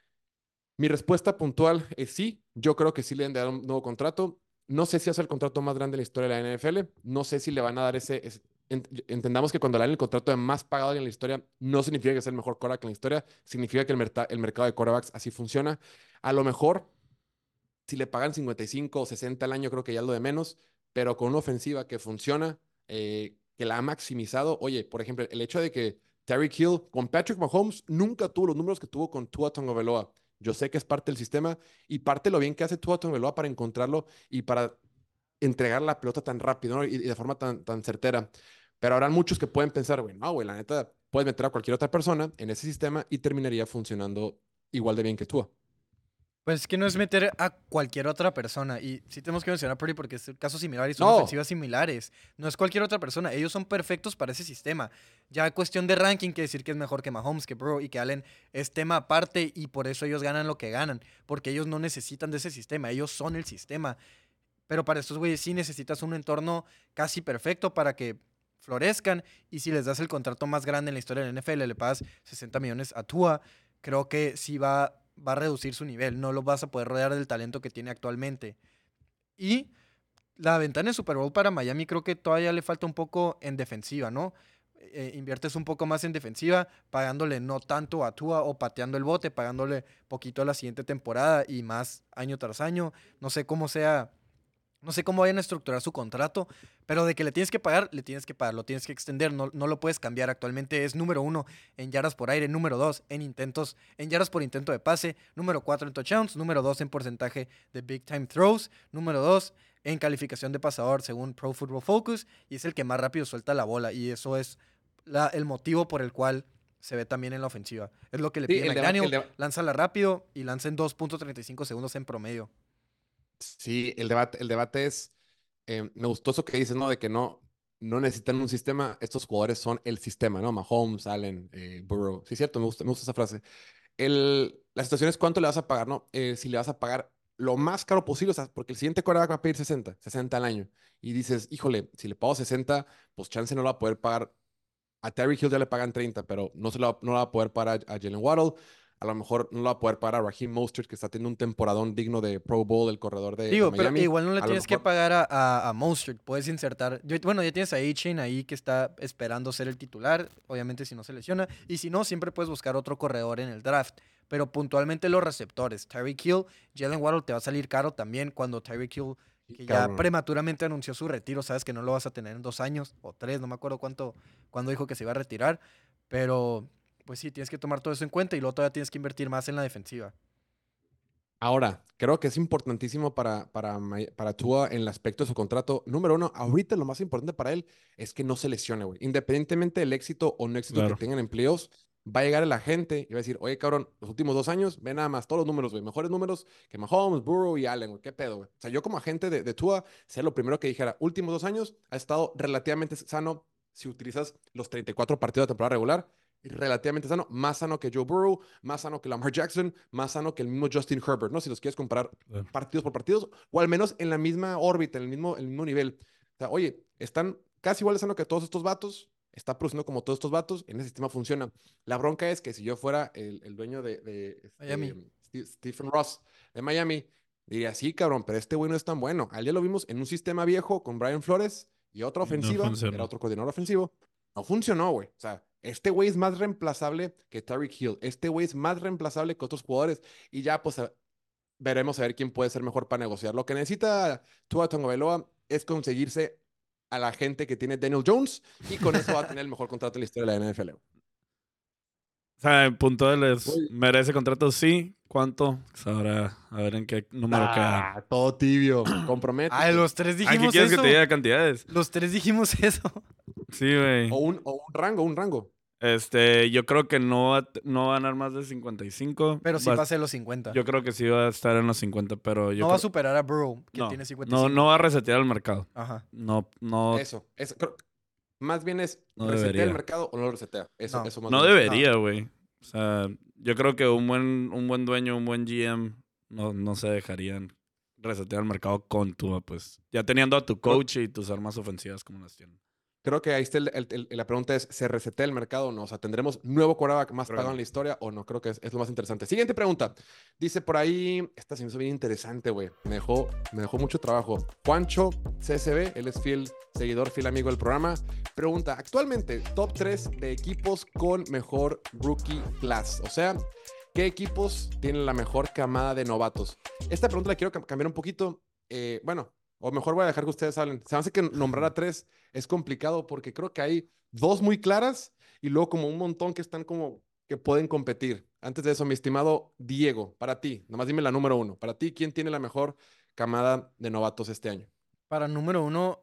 Mi respuesta puntual es sí. Yo creo que sí le deben de dar un nuevo contrato. No sé si es el contrato más grande de la historia de la N F L. No sé si le van a dar ese... ese ent- entendamos que cuando le dan el contrato de más pagado en la historia, no significa que sea el mejor quarterback en la historia. Significa que el, merta- el mercado de quarterbacks así funciona. A lo mejor, si le pagan cincuenta y cinco o sesenta al año, creo que ya es lo de menos. Pero con una ofensiva que funciona, eh, que la ha maximizado. Oye, por ejemplo, el hecho de que Tyreek Hill con Patrick Mahomes nunca tuvo los números que tuvo con Tua Tagovailoa. Yo sé que es parte del sistema y parte de lo bien que hace Tua Tagovailoa para encontrarlo y para entregar la pelota tan rápido, ¿no? y, y de forma tan, tan certera. Pero habrá muchos que pueden pensar, güey, no, güey, la neta, puedes meter a cualquier otra persona en ese sistema y terminaría funcionando igual de bien que Tua. Pues es que no es meter a cualquier otra persona. Y sí tenemos que mencionar a Purdy porque es un caso similar y son No. ofensivas similares. No es cualquier otra persona. Ellos son perfectos para ese sistema. Ya cuestión de ranking, que decir que es mejor que Mahomes, que Burrow y que Allen es tema aparte y por eso ellos ganan lo que ganan. Porque ellos no necesitan de ese sistema. Ellos son el sistema. Pero para estos güeyes sí necesitas un entorno casi perfecto para que florezcan. Y si les das el contrato más grande en la historia de la N F L, le pagas sesenta millones a Tua, creo que sí va, va a reducir su nivel. No lo vas a poder rodear del talento que tiene actualmente. Y la ventana de Super Bowl para Miami creo que todavía le falta un poco en defensiva, ¿no? Eh, inviertes un poco más en defensiva, pagándole no tanto a Tua o pateando el bote, pagándole poquito a la siguiente temporada y más año tras año. No sé cómo sea, no sé cómo vayan a estructurar su contrato, pero de que le tienes que pagar, le tienes que pagar, lo tienes que extender, no, no lo puedes cambiar. Actualmente es número uno en yardas por aire, número dos en intentos, en yardas por intento de pase, número cuatro en touchdowns, número dos en porcentaje de big time throws, número dos en calificación de pasador según Pro Football Focus, y es el que más rápido suelta la bola, y eso es la, el motivo por el cual se ve también en la ofensiva. Es lo que le Sí, pide el deba- McDaniel, el deba- lánzala rápido y lanza en dos punto treinta y cinco segundos en promedio. Sí, el debate, el debate es, eh, me gustó eso que dices, ¿no? De que no, no necesitan un sistema, estos jugadores son el sistema, ¿no? Mahomes, Allen, eh, Burrow. Sí, cierto, me gusta, me gusta esa frase. El, la situación es cuánto le vas a pagar, ¿no? Eh, si le vas a pagar lo más caro posible, o sea, porque el siguiente quarterback va a pedir sesenta, sesenta al año. Y dices, híjole, si le pago sesenta, pues chance no lo va a poder pagar. A Tyreek Hill ya le pagan treinta, pero no, se lo, va- no lo va a poder pagar a, a Jalen Waddle. A lo mejor no lo va a poder pagar a Raheem Mostert, que está teniendo un temporadón digno de Pro Bowl, el corredor de, de Digo, pero Miami. igual no le A lo tienes que mejor- pagar a, a, a Mostert. Puedes insertar. yo- bueno, ya tienes a A-Chain ahí que está esperando ser el titular. Obviamente, si no se lesiona. Y si no, siempre puedes buscar otro corredor en el draft. Pero puntualmente los receptores. Tyreek Hill, Jalen Waddle te va a salir caro también cuando Tyreek Hill, que ya Cabrón. prematuramente anunció su retiro. Sabes que no lo vas a tener en dos años o tres. No me acuerdo cuánto, cuándo dijo que se iba a retirar. Pero, pues sí, tienes que tomar todo eso en cuenta y luego todavía tienes que invertir más en la defensiva. Ahora, creo que es importantísimo para, para, Ma- para Tua en el aspecto de su contrato. Número uno, ahorita lo más importante para él es que no se lesione, güey. Independientemente del éxito o no éxito Claro. que tengan en playoffs, va a llegar el agente y va a decir, oye, cabrón, los últimos dos años, ve nada más todos los números, güey. Mejores números que Mahomes, Burrow y Allen, güey. ¿Qué pedo, güey? O sea, yo como agente de, de Tua, sé lo primero que dijera, últimos dos años ha estado relativamente sano si utilizas los treinta y cuatro partidos de temporada regular. relativamente sano, más sano que Joe Burrow, más sano que Lamar Jackson, más sano que el mismo Justin Herbert, ¿no? Si los quieres comparar Sí. partidos por partidos, o al menos en la misma órbita, en el mismo, el mismo nivel. O sea, oye, están casi igual de sano que todos estos vatos, está produciendo como todos estos vatos, en ese sistema funciona. La bronca es que si yo fuera el, el dueño de, de este, Miami. Steve- Stephen Ross de Miami, diría, sí, cabrón, pero este güey no es tan bueno. Al día lo vimos en un sistema viejo con Brian Flores y otra Y no ofensiva, funcionó. era otro coordinador ofensivo. No funcionó, güey. O sea, este güey es más reemplazable que Tyreek Hill. Este güey es más reemplazable que otros jugadores. Y ya, pues, a- veremos a ver quién puede ser mejor para negociar. Lo que necesita Tua Tagovailoa es conseguirse a la gente que tiene Daniel Jones y con eso va a tener el mejor contrato en la historia de la N F L. O sea, en puntuales, Muy- ¿merece contrato? Sí. ¿Cuánto? Sabrá, a ver en qué número queda. Ah, todo tibio. Compromete. Ay, los tres Ay, ¿qué dijimos quieres eso. que te diga cantidades? Los tres dijimos eso. Sí, güey. O un, o un rango, un rango. Este, yo creo que no va, a t- no va a ganar más de cincuenta y cinco. Pero sí Va- pasé los cincuenta. Yo creo que sí va a estar en los cincuenta, pero yo no va a creo- superar a Burrow, que no, tiene cincuenta y cinco. no, no va a resetear el mercado. Ajá. No, no, Eso, eso. creo- más bien es, No ¿resetea debería. el mercado o no lo resetea? Eso, No. eso más no bien es. debería, güey. O sea, yo creo que un buen, un buen dueño, un buen G M, no, no se dejarían resetear el mercado con Tua, pues. Ya teniendo a tu coach y tus armas ofensivas como las tienen. Creo que ahí está el- el- el- la pregunta es, ¿se resetea el mercado o no? O sea, ¿tendremos nuevo quarterback más Creo que pagado no. en la historia o no? Creo que es, es lo más interesante. Siguiente pregunta. Dice por ahí, esta se me hizo bien interesante, güey. Me dejó, me dejó mucho trabajo. Juancho C S B, él es fiel seguidor, fiel amigo del programa. Pregunta, actualmente, top tres de equipos con mejor rookie class. O sea, ¿qué equipos tienen la mejor camada de novatos? Esta pregunta la quiero cam- cambiar un poquito. Eh, bueno, o mejor voy a dejar que ustedes hablen. Se me hace que nombrar a tres es complicado porque creo que hay dos muy claras y luego como un montón que están como que pueden competir. Antes de eso, mi estimado Diego, para ti, nomás dime la número uno. Para ti, ¿quién tiene la mejor camada de novatos este año? Para número uno,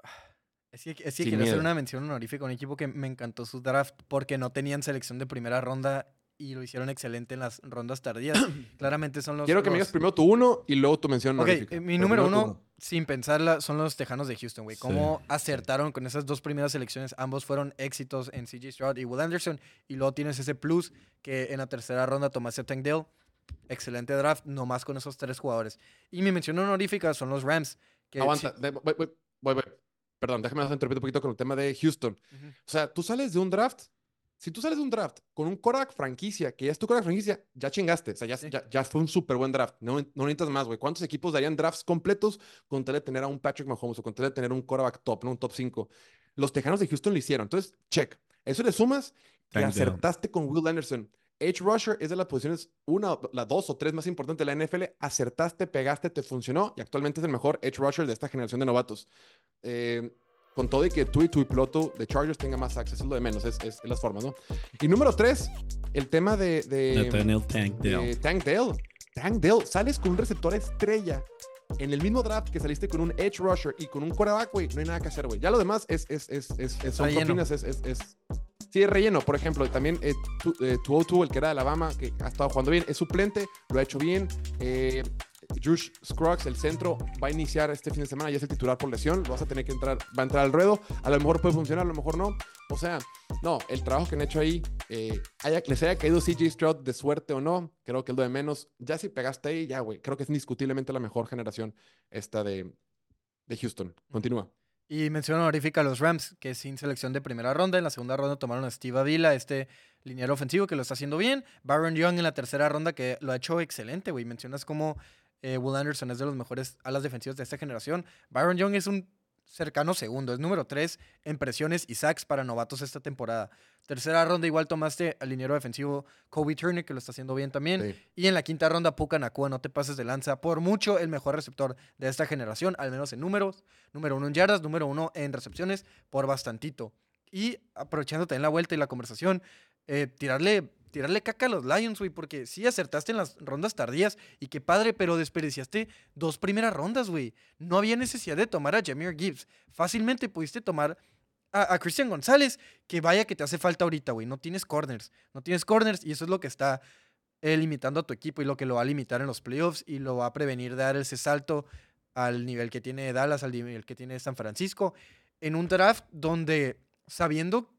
es que, es que Sin quería hacer miedo. una mención honorífica a un equipo que me encantó su draft porque no tenían selección de primera ronda y lo hicieron excelente en las rondas tardías. Claramente son los... Quiero que me los- digas primero tu uno y luego tu mención Ok, honorífica. eh, mi Pero número primero tu uno, sin pensarla, son los Tejanos de Houston, güey. Sí, Cómo sí. acertaron con esas dos primeras selecciones. Ambos fueron éxitos en C J Stroud y Will Anderson. Y luego tienes ese plus que en la tercera ronda tomaste a Tank Dell. Excelente draft, nomás con esos tres jugadores. Y mi mención honorífica son los Rams. Que Aguanta, sí- de- voy, voy, voy, voy. Perdón, déjame interrumpir un poquito con el tema de Houston. Ujú. O sea, tú sales de un draft. Si tú sales de un draft con un quarterback franquicia, que ya es tu quarterback franquicia, ya chingaste. O sea, ya, Sí. ya, ya fue un súper buen draft. No, no necesitas más, güey. ¿Cuántos equipos darían drafts completos con tal de tener a un Patrick Mahomes o con tal de tener un quarterback top, no un top cinco? Los Tejanos de Houston lo hicieron. Entonces, check. Eso le sumas que Tank Dell. acertaste con Will Anderson. Edge rusher es de las posiciones, una, la dos o tres más importantes de la N F L. Acertaste, pegaste, te funcionó y actualmente es el mejor edge rusher de esta generación de novatos. Eh, con todo y que tú y tu piloto de Chargers tenga más acceso, es lo de menos, es, es, es las formas, ¿no? Y número tres, el tema de, de, Nathaniel Tank de Dell. Tank Dell. Tank Dell, sales con un receptor estrella en el mismo draft que saliste con un edge rusher y con un quarterback, güey, no hay nada que hacer, güey. Ya lo demás es, es, es, es, es- son Relleno. propinas, es, es, es... Sí, es relleno. Por ejemplo, también eh, tu, eh, Tuotu, el que era de Alabama, que ha estado jugando bien, es suplente, lo ha hecho bien. Eh, Josh Scruggs, el centro, va a iniciar este fin de semana, ya es el titular por lesión, lo vas a tener que entrar, va a entrar al ruedo, a lo mejor puede funcionar, a lo mejor no. O sea, no, el trabajo que han hecho ahí, eh, haya, les haya caído C J Stroud de suerte o no, creo que es lo de menos. Ya si pegaste ahí, ya, güey, creo que es indiscutiblemente la mejor generación esta de, de Houston. Continúa. Y mención honorífica a los Rams, que sin selección de primera ronda. En la segunda ronda tomaron a Steve Avila, este liniero ofensivo que lo está haciendo bien. Byron Young en la tercera ronda, que lo ha hecho excelente, güey. Mencionas como eh, Will Anderson es de los mejores alas defensivas de esta generación. Byron Young es un cercano segundo, es número tres en presiones y sacks para novatos esta temporada. Tercera ronda igual tomaste al liniero defensivo Kobe Turner, que lo está haciendo bien también. Sí. Y en la quinta ronda, Puka Nacua, no te pases de lanza. Por mucho el mejor receptor de esta generación, al menos en números. Número uno en yardas, número uno en recepciones, por bastantito. Y aprovechando también la vuelta y la conversación, eh, tirarle, tirarle caca a los Lions, güey, porque sí acertaste en las rondas tardías y qué padre, pero desperdiciaste dos primeras rondas, güey. No había necesidad de tomar a Jahmyr Gibbs. Fácilmente pudiste tomar a, a Christian González, que vaya que te hace falta ahorita, güey. No tienes corners, no tienes corners y eso es lo que está eh, limitando a tu equipo y lo que lo va a limitar en los playoffs y lo va a prevenir de dar ese salto al nivel que tiene Dallas, al nivel que tiene San Francisco, en un draft donde, sabiendo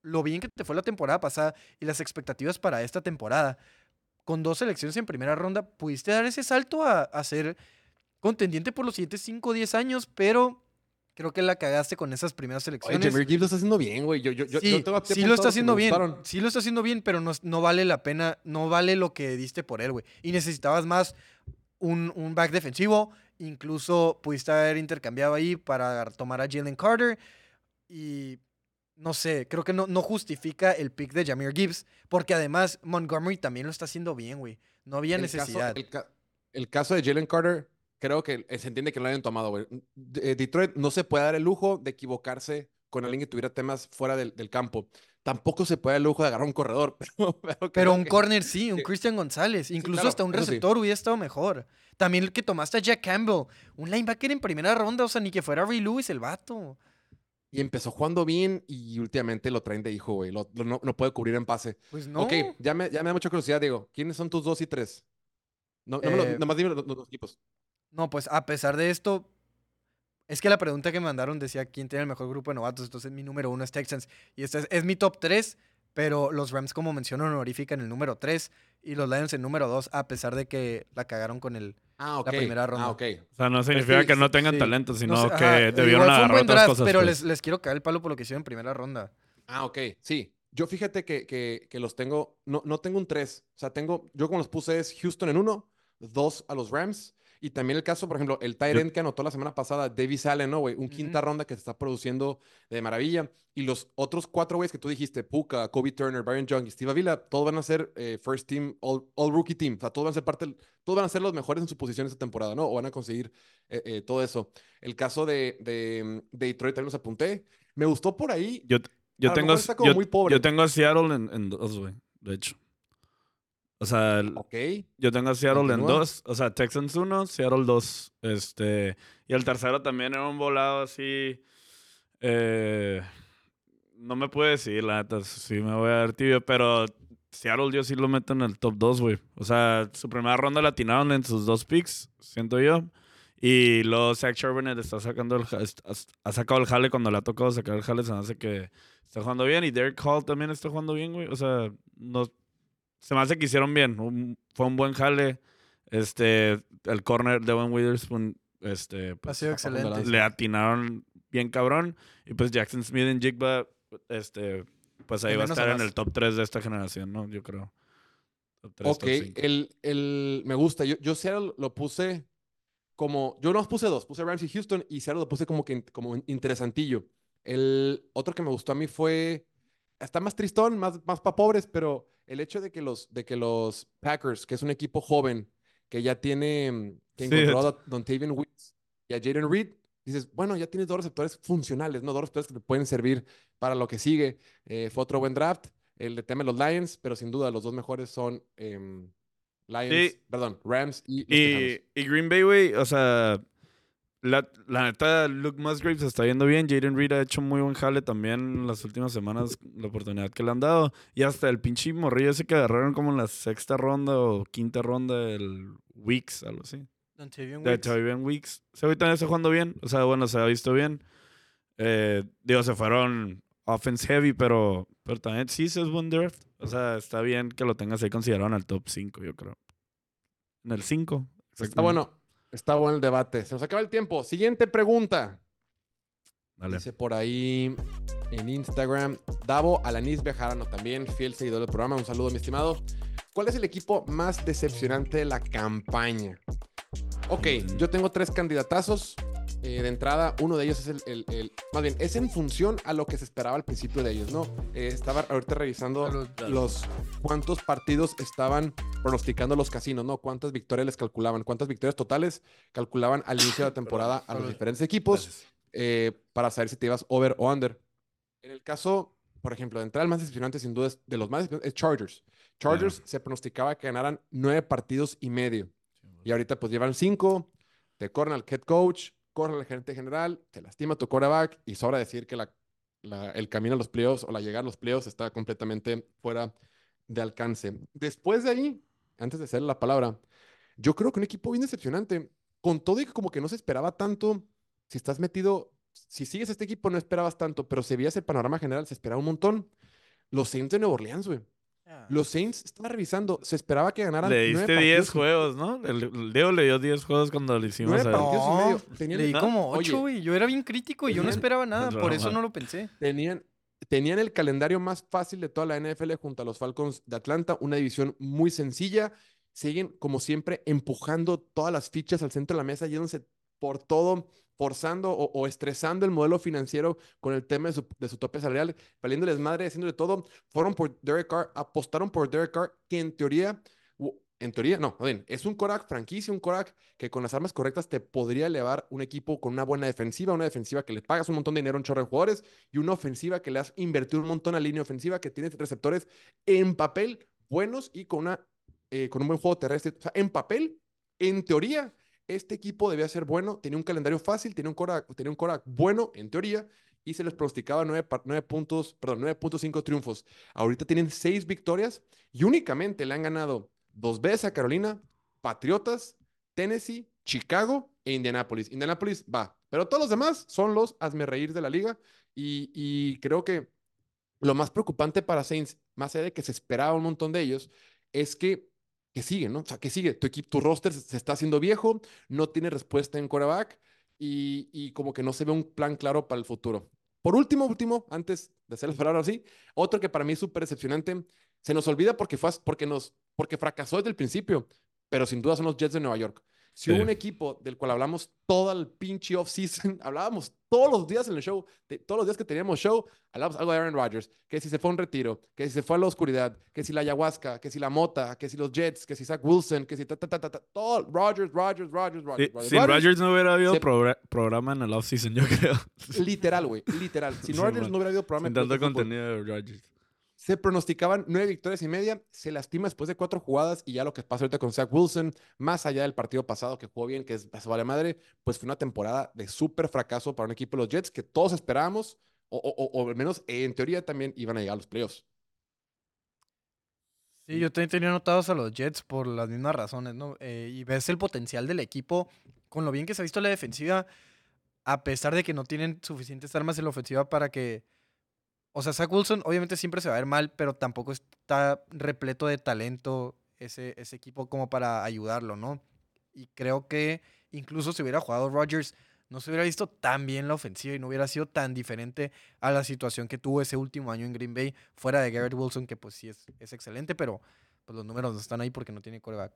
lo bien que te fue la temporada pasada y las expectativas para esta temporada, con dos selecciones en primera ronda, pudiste dar ese salto a, a ser contendiente por los siguientes cinco o diez años, pero creo que la cagaste con esas primeras Oye, selecciones. Jahmyr Gibbs lo está haciendo bien, güey. Yo, yo, yo, Sí, yo tengo aquí sí lo está apuntados que me haciendo bien. gustaron. Sí lo está haciendo bien, pero no, no vale la pena, no vale lo que diste por él, güey. Y necesitabas más un, un back defensivo. Incluso pudiste haber intercambiado ahí para tomar a Jalen Carter. Y no sé, creo que no, no justifica el pick de Jahmyr Gibbs. Porque además Montgomery también lo está haciendo bien, güey. No había El caso, necesidad. el, ca- el caso de Jalen Carter, creo que eh, se entiende que lo hayan tomado, güey. De- eh, Detroit no se puede dar el lujo de equivocarse con alguien que tuviera temas fuera del, del campo. Tampoco se puede dar el lujo de agarrar un corredor, pero, pero Pero creo un que- corner sí, un que- Christian González. Incluso claro, hasta un eso sí. receptor hubiera estado mejor. También el que tomaste a Jack Campbell. Un linebacker en primera ronda, o sea, ni que fuera Ray Lewis el vato. Y empezó jugando bien y últimamente lo traen de hijo, güey. Lo- lo- no, no puede cubrir en pase. Pues no. Ok, ya me, ya me da mucha curiosidad, Diego. ¿Quiénes son tus dos y tres? No, no me lo, Eh, nomás dime los, los dos equipos. No, pues a pesar de esto, es que la pregunta que me mandaron decía quién tiene el mejor grupo de novatos. Entonces mi número uno es Texans. Y este es, es mi top tres, pero los Rams como mención honorífica en el número tres y los Lions en número dos, a pesar de que la cagaron con el... Ah, ok. primera ronda. Ah, ok. O sea, no significa sí, que no tengan sí. talento, sino No sé, que ajá, debieron igual fue un agarrar buen otras draft, cosas. pero pues. les, les quiero caer el palo por lo que hicieron en primera ronda. Ah, ok. Sí. Yo fíjate que, que, que los tengo, no, no tengo un tres. O sea, tengo, yo como los puse es Houston en uno, dos a los Rams. Y también el caso, por ejemplo, el tight Yo- end que anotó la semana pasada, Davis Allen, ¿no, güey? Un Ujú. quinta ronda que se está produciendo de maravilla. Y los otros cuatro güeyes que tú dijiste, Puka, Kobe Turner, Byron Young y Steve Avila, todos van a ser eh, first team, all, all rookie team. O sea, todos van a ser parte, del- todos van a ser los mejores en su posición esta temporada, ¿no? O van a conseguir eh, eh, todo eso. El caso de, de, de Detroit también los apunté. Me gustó por ahí. Yo, yo A lo tengo, mejor está como yo, muy pobre. yo tengo a Seattle en, en dos, güey. De hecho. O sea, el- Ok. yo tengo a Seattle en Continúa. dos. O sea, Texans uno, Seattle dos. Este, y el tercero también era un volado así. eh, no me puede decir, la neta. Sí me voy a dar tibio, pero Seattle yo sí lo meto en el top dos, güey. O sea, su primera ronda la atinaron en sus dos picks, siento yo. Y luego Zach Charbonnet está sacando el, ja- est- has- ha sacado el jale cuando le ha tocado sacar el jale. Se me hace que está jugando bien. Y Derek Hall también está jugando bien, güey. O sea, no, se me hace que hicieron bien. Un- fue un buen jale. Este, el corner de Devon Witherspoon, este, Ha pues, sido está pasando excelente. lanza. le atinaron bien cabrón. Y pues Jackson Smith en Jigba, este, pues ahí De va a menos a estar en más. el top tres de esta generación, ¿no? Yo creo. Top tres, Ok, top cinco. el, el, me gusta. Yo, yo Seattle lo puse como, yo no puse dos, puse Rams y Houston y Seattle lo puse como que in- como interesantillo. El otro que me gustó a mí fue, está más tristón, más, más para pobres, pero el hecho de que los, de que los Packers, que es un equipo joven, que ya tiene, mm, que Sí, encontró de- a Dontavian Wicks y a Jaden Reed, dices, bueno, ya tienes dos receptores funcionales, ¿no? Dos receptores que te pueden servir para lo que sigue. Eh, fue otro buen draft, el de tema de los Lions, pero sin duda los dos mejores son em, Lions, Sí. perdón, Rams y los Tejanos. Y, y Green Bay, güey, o sea, la, la neta, Luke Musgrave se está yendo bien. Jaden Reed ha hecho muy buen jale también en las últimas semanas, la oportunidad que le han dado. Y hasta el pinche morrillo ese que agarraron como en la sexta ronda o quinta ronda, el Weeks, algo así. Dontavian De Wicks. Tavian Weeks. Ese güey también está jugando bien. O sea, bueno, se ha visto bien. Eh, digo, se fueron offense heavy, pero, pero también sí es buen draft. O sea, está bien que lo tengas ahí considerado en el top cinco, yo creo. En el cinco. Está bueno, está bueno el debate. Se nos acaba el tiempo. Siguiente pregunta. Dale. Dice por ahí en Instagram, Davo Alanis Bejarano, también fiel seguidor del programa. Un saludo, mi estimado. ¿Cuál es el equipo más decepcionante de la campaña? Ok, yo tengo tres candidatazos. Eh, de entrada, uno de ellos es el, el- el- Más bien, es en función a lo que se esperaba al principio de ellos, ¿no? Eh, estaba ahorita revisando Salud. los cuántos partidos estaban pronosticando los casinos, ¿no? Cuántas victorias les calculaban, cuántas victorias totales calculaban al inicio de la temporada a los Salud. diferentes equipos Gracias. eh, para saber si te ibas over o under. En el caso, por ejemplo, de entrada, el más decepcionante sin duda es de los más decepcionantes es Chargers. Chargers se pronosticaba que ganaran nueve partidos y medio. Y ahorita pues llevan cinco, te corren al head coach, corren al gerente general, te lastima tu quarterback y sobra decir que la, la- el camino a los playoffs o la llegada a los playoffs está completamente fuera de alcance. Después de ahí, antes de hacer la palabra, yo creo que un equipo bien decepcionante, con todo y que como que no se esperaba tanto, si estás metido, si sigues este equipo no esperabas tanto, pero si veías el panorama general se esperaba un montón. Los Saints de Nueva Orleans, güey. Ah. Los Saints, estaba revisando, se esperaba que ganaran Le nueve diste diez partidos. juegos, ¿no? El, el Diego le dio diez juegos cuando le hicimos Nueve a partidos. y medio. Tenían- leí ¿no? como Oye, ocho, güey. Yo era bien crítico y yo no tenían- esperaba nada, No, por eso man. no lo pensé. Tenían, tenían el calendario más fácil de toda la N F L junto a los Falcons de Atlanta, una división muy sencilla. Siguen, como siempre, empujando todas las fichas al centro de la mesa, yéndose por todo, forzando o, o estresando el modelo financiero con el tema de su, de su tope salarial, valiéndoles madre, haciéndole todo. Fueron por Derek Carr, apostaron por Derek Carr, que en teoría, u- en teoría, no, bien, es un quarterback franquicia, un quarterback que con las armas correctas te podría elevar un equipo con una buena defensiva, una defensiva que le pagas un montón de dinero a un chorro de jugadores y una ofensiva que le has invertido un montón a la línea ofensiva, que tiene receptores en papel buenos y con, una, eh, con un buen juego terrestre. O sea, en papel, en teoría, este equipo debía ser bueno, tenía un calendario fácil, tenía un quarterback, tenía un quarterback bueno, en teoría, y se les pronosticaba nueve, par- nueve puntos, perdón, nueve punto cinco triunfos. Ahorita tienen seis victorias y únicamente le han ganado dos veces a Carolina, Patriotas, Tennessee, Chicago e Indianapolis. Indianapolis va, pero todos los demás son los hazmerreír de la liga y, y creo que lo más preocupante para Saints, más allá de que se esperaba un montón de ellos, es que, que sigue, ¿no? O sea, que sigue. Tu equipo, tu roster se, se está haciendo viejo, no tiene respuesta en quarterback y, y como que no se ve un plan claro para el futuro. Por último, último, antes de hacer las palabras así, otro que para mí es súper decepcionante, se nos olvida porque, fue, porque, nos, porque fracasó desde el principio, pero sin duda son los Jets de Nueva York. Si Sí. hubo un equipo del cual hablamos todo el pinche off-season, hablábamos todos los días en el show, de, todos los días que teníamos show, hablábamos algo de Aaron Rodgers, que si se fue a un retiro, que si se fue a la oscuridad, que si la ayahuasca, que si la mota, que si los Jets, que si Zach Wilson, que si ta, ta, ta, ta, ta, todo, Rodgers, Rodgers, Rodgers, Sí, Rodgers. Rodgers. sin Rodgers no hubiera habido se- progra- programa en el offseason, yo creo. Literal, güey, literal. Si Sí, Rodgers man. no hubiera habido programa Sin de tanto Playoff Fútbol, contenido de Rodgers. se pronosticaban nueve victorias y media, se lastima después de cuatro jugadas y ya lo que pasa ahorita con Zach Wilson, más allá del partido pasado que jugó bien, que es eso vale madre, pues fue una temporada de súper fracaso para un equipo de los Jets que todos esperábamos, o, o, o, o al menos en teoría también iban a llegar a los playoffs. Sí, yo también tenía anotados a los Jets por las mismas razones, ¿no? Eh, y ves el potencial del equipo, con lo bien que se ha visto la defensiva, a pesar de que no tienen suficientes armas en la ofensiva para que... O sea, Zach Wilson obviamente siempre se va a ver mal, pero tampoco está repleto de talento ese, ese equipo como para ayudarlo, ¿no? Y creo que incluso si hubiera jugado Rodgers, no se hubiera visto tan bien la ofensiva y no hubiera sido tan diferente a la situación que tuvo ese último año en Green Bay, fuera de Garrett Wilson, que pues sí es, es excelente, pero pues los números no están ahí porque no tiene quarterback.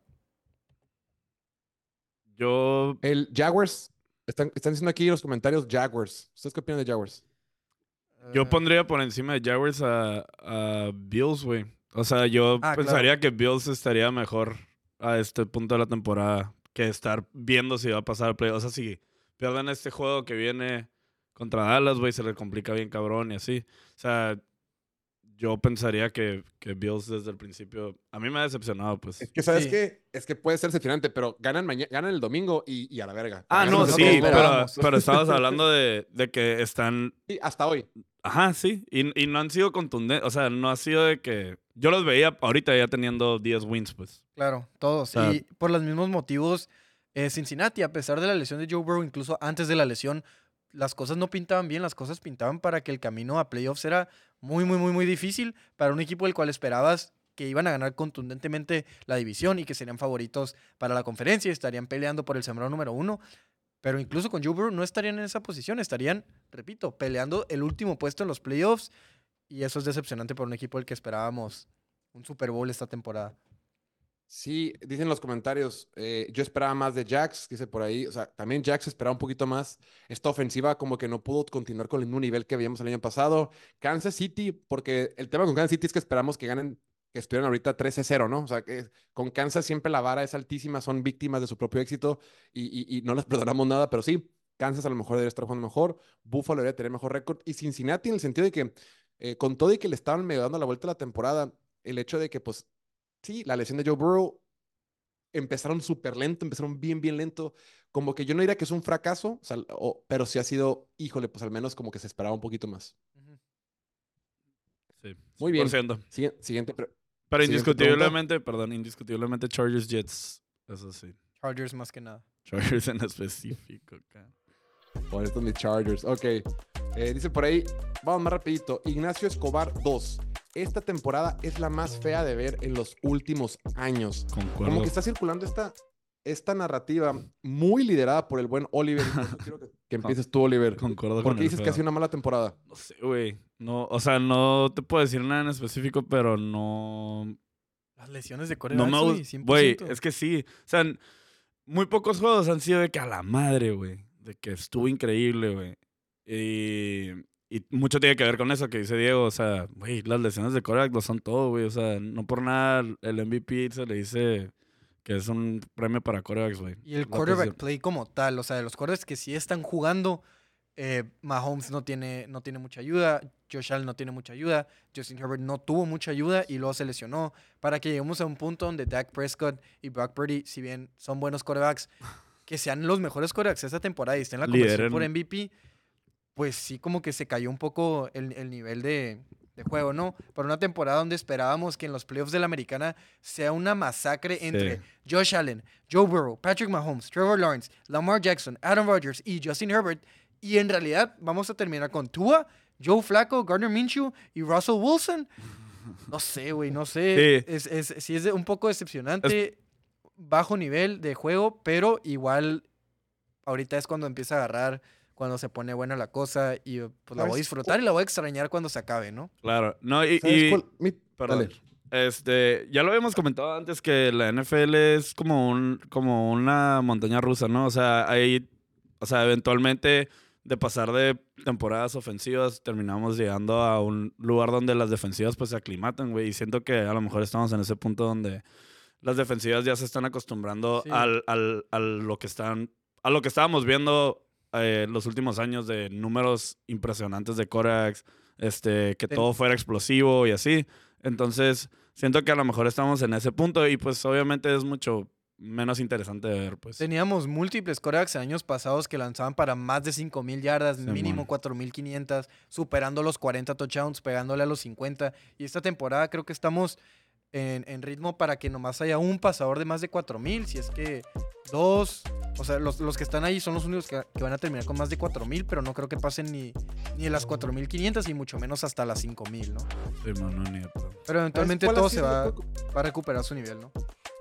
Yo, El Jaguars, están, están diciendo aquí en los comentarios Jaguars. ¿Ustedes qué opinan de Jaguars? yo Eh, pondría por encima de Jaguars a, a Bills, güey. O sea, yo Ah, pensaría que Bills estaría mejor a este punto de la temporada que estar viendo si va a pasar el play. O sea, si pierden este juego que viene contra Dallas, güey, se le complica bien cabrón y así. O sea, yo pensaría que, que Bills desde el principio... A mí me ha decepcionado, pues. Es que, ¿sabes Sí. qué? Es que puede ser decepcionante, pero ganan, maña- ganan el domingo y, y a la verga. Ah, Ganan no, nosotros, sí, nosotros pero, esperábamos. pero estabas hablando de, de que están... Sí, hasta hoy. Ajá, sí. Y, y no han sido contundentes. O sea, no ha sido de que... Yo los veía ahorita ya teniendo diez wins, pues. Claro, todos. sea- y por los mismos motivos, eh, Cincinnati, a pesar de la lesión de Joe Burrow, incluso antes de la lesión, las cosas no pintaban bien, las cosas pintaban para que el camino a playoffs era muy, muy, muy, muy difícil para un equipo del cual esperabas que iban a ganar contundentemente la división y que serían favoritos para la conferencia y estarían peleando por el sembrado número uno. Pero incluso con Joe Burrow no estarían en esa posición, estarían, repito, peleando el último puesto en los playoffs y eso es decepcionante para un equipo del que esperábamos un Super Bowl esta temporada. Sí, dicen los comentarios, eh, yo esperaba más de Jax, dice por ahí, o sea, también Jax esperaba un poquito más, esta ofensiva como que no pudo continuar con el mismo nivel que veíamos el año pasado, Kansas City, porque el tema con Kansas City es que esperamos que ganen, que estuvieran ahorita trece cero, ¿no? O sea, que con Kansas siempre la vara es altísima, son víctimas de su propio éxito y, y, y no les perdonamos nada, pero sí, Kansas a lo mejor debería estar jugando mejor, Buffalo debería tener mejor récord y Cincinnati en el sentido de que eh, con todo y que le estaban medio dando la vuelta a la temporada, el hecho de que pues sí, la lesión de Joe Burrow empezaron súper lento, empezaron bien, bien lento. Como que yo no diría que es un fracaso, o sea, o- pero sí ha sido, híjole, pues al menos como que se esperaba un poquito más. Sí. Muy bien. cien por ciento. Sigui- siguiente. pre- Pero Siguiente indiscutiblemente, perdón, indiscutiblemente Chargers Jets. Eso sí. Chargers más que nada. Chargers en específico. acá. Por estos mis Chargers. Ok. Eh, dice por ahí, vamos más rapidito. Ignacio Escobar dos. esta temporada es la más fea de ver en los últimos años. Concuerdo. Como que está circulando esta, esta narrativa muy liderada por el buen Oliver. Y por eso quiero que, que empieces tú, Oliver. Concuerdo con ¿Por qué el dices que feo. ha sido una mala temporada? No sé, güey. No, o sea, no te puedo decir nada en específico, pero no... Las lesiones de No corebacks, me güey, gusta. cien por Güey, ciento. es que sí. O sea, muy pocos juegos han sido de que a la madre, güey. De que estuvo increíble, güey. Y, y mucho tiene que ver con eso que dice Diego. O sea, güey, las lesiones de quarterback lo son todo, güey. O sea, no por nada el M V P se le dice que es un premio para quarterbacks, güey. Y el La quarterback posición- play como tal, o sea, de los quarterbacks que sí están jugando, eh, Mahomes no tiene, no tiene mucha ayuda, Josh Allen no tiene mucha ayuda, Justin Herbert no tuvo mucha ayuda y luego se lesionó, para que lleguemos a un punto donde Dak Prescott y Brock Purdy, si bien son buenos quarterbacks, que sean los mejores quarterbacks esta temporada y estén en la conversación Lideren. por M V P, pues sí como que se cayó un poco el, el nivel de, de juego, ¿no? Para una temporada donde esperábamos que en los playoffs de la Americana sea una masacre Sí. entre Josh Allen, Joe Burrow, Patrick Mahomes, Trevor Lawrence, Lamar Jackson, Aaron Rodgers y Justin Herbert. Y en realidad vamos a terminar con Tua, Joe Flacco, Gardner Minshew y Russell Wilson. No sé, güey, no sé. Sí. Es, es, sí es de- un poco decepcionante, bajo nivel de juego, pero igual ahorita es cuando empieza a agarrar, cuando se pone buena la cosa y pues la voy a ¿Sabes? disfrutar y la voy a extrañar cuando se acabe, ¿no? Claro. No, y... ¿Sabes y- cuál? Mi- Perdón. Dale. Este, ya lo habíamos comentado antes que la N F L es como un, como una montaña rusa, ¿no? O sea, hay, o sea, eventualmente de pasar de temporadas ofensivas terminamos llegando a un lugar donde las defensivas pues se aclimatan, güey. Y siento que a lo mejor estamos en ese punto donde las defensivas ya se están acostumbrando Sí. al, al, a lo que están, a lo que estábamos viendo eh, los últimos años de números impresionantes de quarterbacks, este, que Ten- todo fuera explosivo y así. Entonces, siento que a lo mejor estamos en ese punto y pues obviamente es mucho menos interesante de ver, pues. Teníamos múltiples quarterbacks en años pasados que lanzaban para más de cinco mil yardas, Simón. mínimo cuatro mil quinientas, superando los cuarenta touchdowns, pegándole a los cincuenta. Y esta temporada creo que estamos en, en ritmo para que nomás haya un pasador de más de cuatro mil, si es que dos, o sea, los, los que están ahí son los únicos que, que van a terminar con más de cuatro mil, pero no creo que pasen ni, ni de las cuatro mil quinientas y mucho menos hasta las cinco mil, ¿no? Sí, no, no, ni de pedo. Pero eventualmente ¿Cuál ha todo se sido va, la- va a recuperar su nivel, ¿no?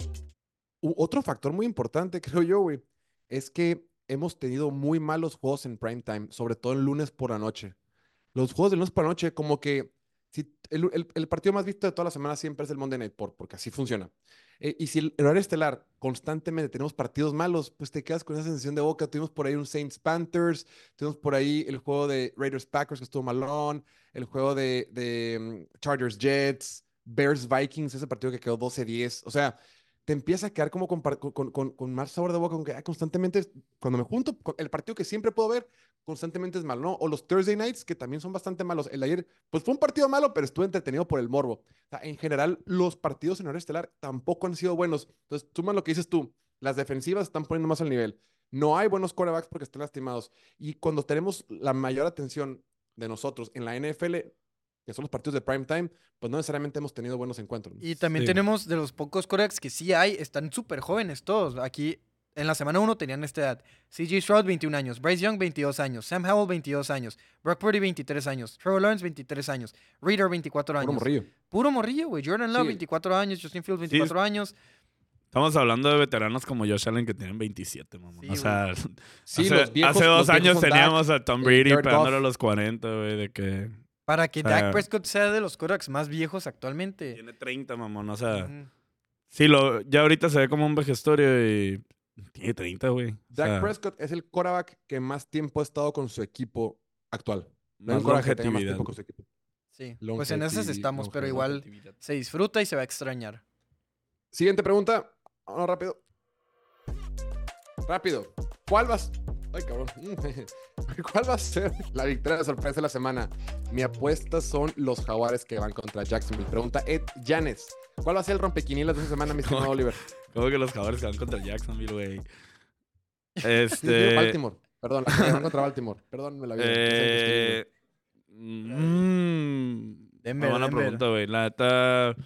U- Otro factor muy importante, creo yo, güey, es que hemos tenido muy malos juegos en prime time, sobre todo el lunes por la noche. Los juegos del lunes por la noche, como que si el, el- el partido más visto de toda la semana siempre es el Monday Night Football, porque así funciona. Eh, y si el horario estelar constantemente tenemos partidos malos, pues te quedas con esa sensación de boca. Tuvimos por ahí un Saints Panthers, tuvimos por ahí el juego de Raiders Packers que estuvo malón, el juego de, de mm, Chargers Jets, Bears Vikings, ese partido que quedó doce diez. O sea, te empieza a quedar como con, par- con, con- con- con más sabor de boca, con que ah, constantemente, cuando me junto, con el partido que siempre puedo ver, constantemente es malo, ¿no? O los Thursday Nights, que también son bastante malos. El de ayer, pues fue un partido malo, pero estuve entretenido por el morbo. O sea, en general, los partidos en horario estelar tampoco han sido buenos. Entonces, suma lo que dices tú, las defensivas están poniendo más al nivel. No hay buenos quarterbacks porque están lastimados. Y cuando tenemos la mayor atención de nosotros en la N F L, que son los partidos de prime time, pues no necesariamente hemos tenido buenos encuentros. Y también Sí. tenemos de los pocos quarterbacks que sí hay, están súper jóvenes todos. Aquí en la semana uno tenían esta edad. C J Stroud, veintiún años. Bryce Young, veintidós años. Sam Howell, veintidós años. Brock Purdy, veintitrés años. Trevor Lawrence, veintitrés años. Reader, veinticuatro Puro años. morrillo. Puro morrillo, güey. Jordan Love, Sí. veinticuatro años. Justin Fields, veinticuatro años. Estamos hablando de veteranos como Josh Allen que tienen veintisiete, mamón. Sí, o sea, Sí, hace, los viejos- hace los dos viejos años son Dak, teníamos a Tom eh, Brady Jared pegándole Goff. a los cuarenta, güey, de que Para que O sea, Dak Prescott sea de los quarterbacks más viejos actualmente. tiene treinta, mamón. O sea, Ujú. sí, lo, ya ahorita se ve como un vejestorio y tiene treinta, güey. O Dak sea, Prescott es el quarterback que más tiempo ha estado con su equipo actual. No hay más un quarterback que tenga más longevidad. tiempo con su equipo. Sí. Pues en esas Longevity- estamos, pero longevidad. igual se disfruta y se va a extrañar. Siguiente pregunta. Vamos rápido. Rápido. ¿Cuál vas? Ay, cabrón. ¿Cuál va a ser la victoria de sorpresa de la semana? Mi apuesta son los Jaguares que van contra Jacksonville. Pregunta Ed Janes. ¿Cuál va a ser el rompequinielas de esta semana, mi estimado Oliver? Como que los jugadores que van contra Jacksonville, güey. Sí, Este. Baltimore. Perdón, la que van contra Baltimore. Perdón, me la vi. eh, mm, Denver, buena Denver. pregunta, güey. La neta.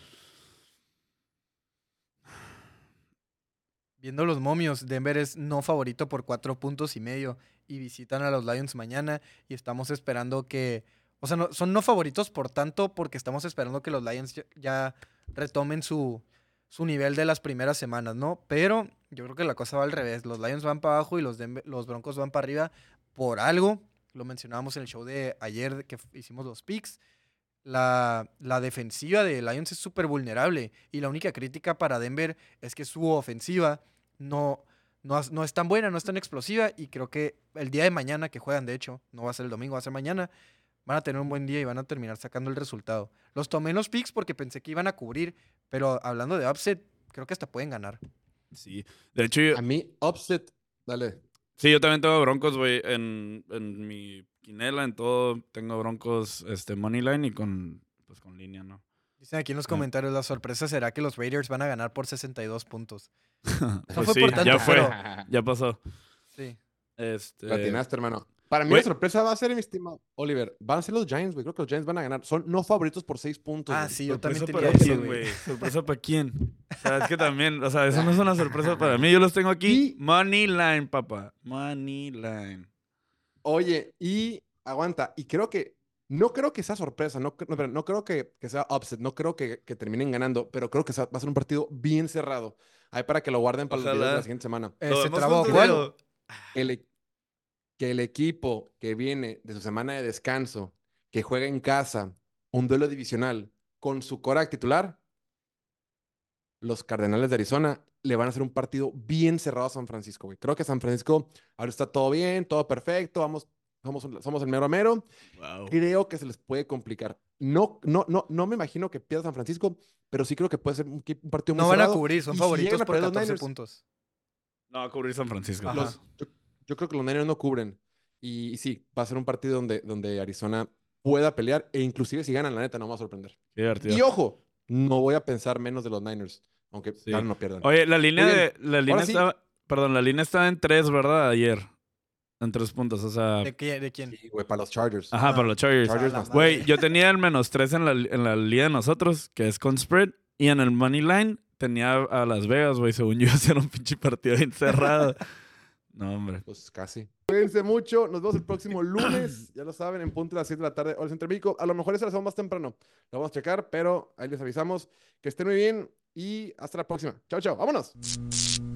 Viendo los momios, Denver es no favorito por cuatro puntos y medio y visitan a los Lions mañana y estamos esperando que O sea, no, son no favoritos por tanto porque estamos esperando que los Lions ya, ya retomen su, su nivel de las primeras semanas, ¿no? Pero yo creo que la cosa va al revés. Los Lions van para abajo y los, Denver- los Broncos van para arriba por algo. Lo mencionábamos en el show de ayer que f- hicimos los picks. La, la defensiva de Lions es súper vulnerable y la única crítica para Denver es que su ofensiva no, no, es- no es tan buena, no es tan explosiva y creo que el día de mañana que juegan, de hecho, no va a ser el domingo, va a ser mañana, van a tener un buen día y van a terminar sacando el resultado. Los tomé en los picks porque pensé que iban a cubrir, pero hablando de upset, creo que hasta pueden ganar. Sí. De hecho, yo, A mí, upset. Dale. sí, yo también tengo Broncos, güey. En, en mi quinela, en todo, tengo Broncos este, Moneyline y con, pues, con línea, ¿no? Dicen aquí en los Ah. comentarios, la sorpresa será que los Raiders van a ganar por sesenta y dos puntos. No Pues fue sí, por tanto, ya fue, pero- ya pasó. Sí. Este, Latinaste, hermano. Para mí güey. la sorpresa va a ser, mi estimado Oliver, van a ser los Giants, güey. Creo que los Giants van a ganar. Son no favoritos por seis puntos. Ah, güey. sí, yo también ¿Sorpresa tenía para eso, quién, güey. güey? ¿Sorpresa para quién? O sea, es que también, o sea, eso no es una sorpresa para mí. Yo los tengo aquí. Y- Money line, papá. Money line. Oye, y aguanta. Y creo que, no creo que sea sorpresa. No, cre- no, espera, no creo que, que sea upset. No creo que, que terminen ganando. Pero creo que sea- va a ser un partido bien cerrado. Ahí para que lo guarden para los videos de Ojalá. la siguiente semana. Eh, Lo se vemos trabó. juntos, ¿Cuál? Diego. El e- que el equipo que viene de su semana de descanso, que juega en casa, un duelo divisional con su Korak titular, los Cardenales de Arizona le van a hacer un partido bien cerrado a San Francisco, güey. Creo que San Francisco ahora está todo bien, todo perfecto, vamos, somos, somos el mero mero. Wow. Creo que se les puede complicar. No, no, no, no me imagino que pierda San Francisco, pero sí creo que puede ser un, equi- un partido muy No van a cerrado. cubrir, son Y si favoritos llegan a por perder los catorce Niners, puntos. No va a cubrir San Francisco. Ajá. los- yo, yo creo que los Niners no cubren. Y, y sí, va a ser un partido donde, donde Arizona pueda pelear e inclusive si ganan, la neta, no me va a sorprender. Qué divertido. Y ojo, no voy a pensar menos de los Niners, aunque Sí. ganen o no pierdan. Oye, la línea Muy de. bien. La línea Ahora sí. estaba. Perdón, la línea estaba en tres, ¿verdad? Ayer. En tres puntos. O sea. ¿De, qué- de quién? Sí, güey, para los Chargers. Ajá, Ah, para los Chargers. Chargers a la más. madre. Güey, yo tenía el menos tres en la, en la liga de nosotros, que es con spread. Y en el money line tenía a Las Vegas, güey. Según yo, hacer un pinche partido bien cerrado. No, hombre. Pues casi. Cuídense mucho. Nos vemos el próximo lunes. Ya lo saben, en punto de las siete de la tarde, hora Centro de México. A lo mejor esa la hacemos más temprano. Lo vamos a checar, pero ahí les avisamos. Que estén muy bien y hasta la próxima. Chao, chao. Vámonos.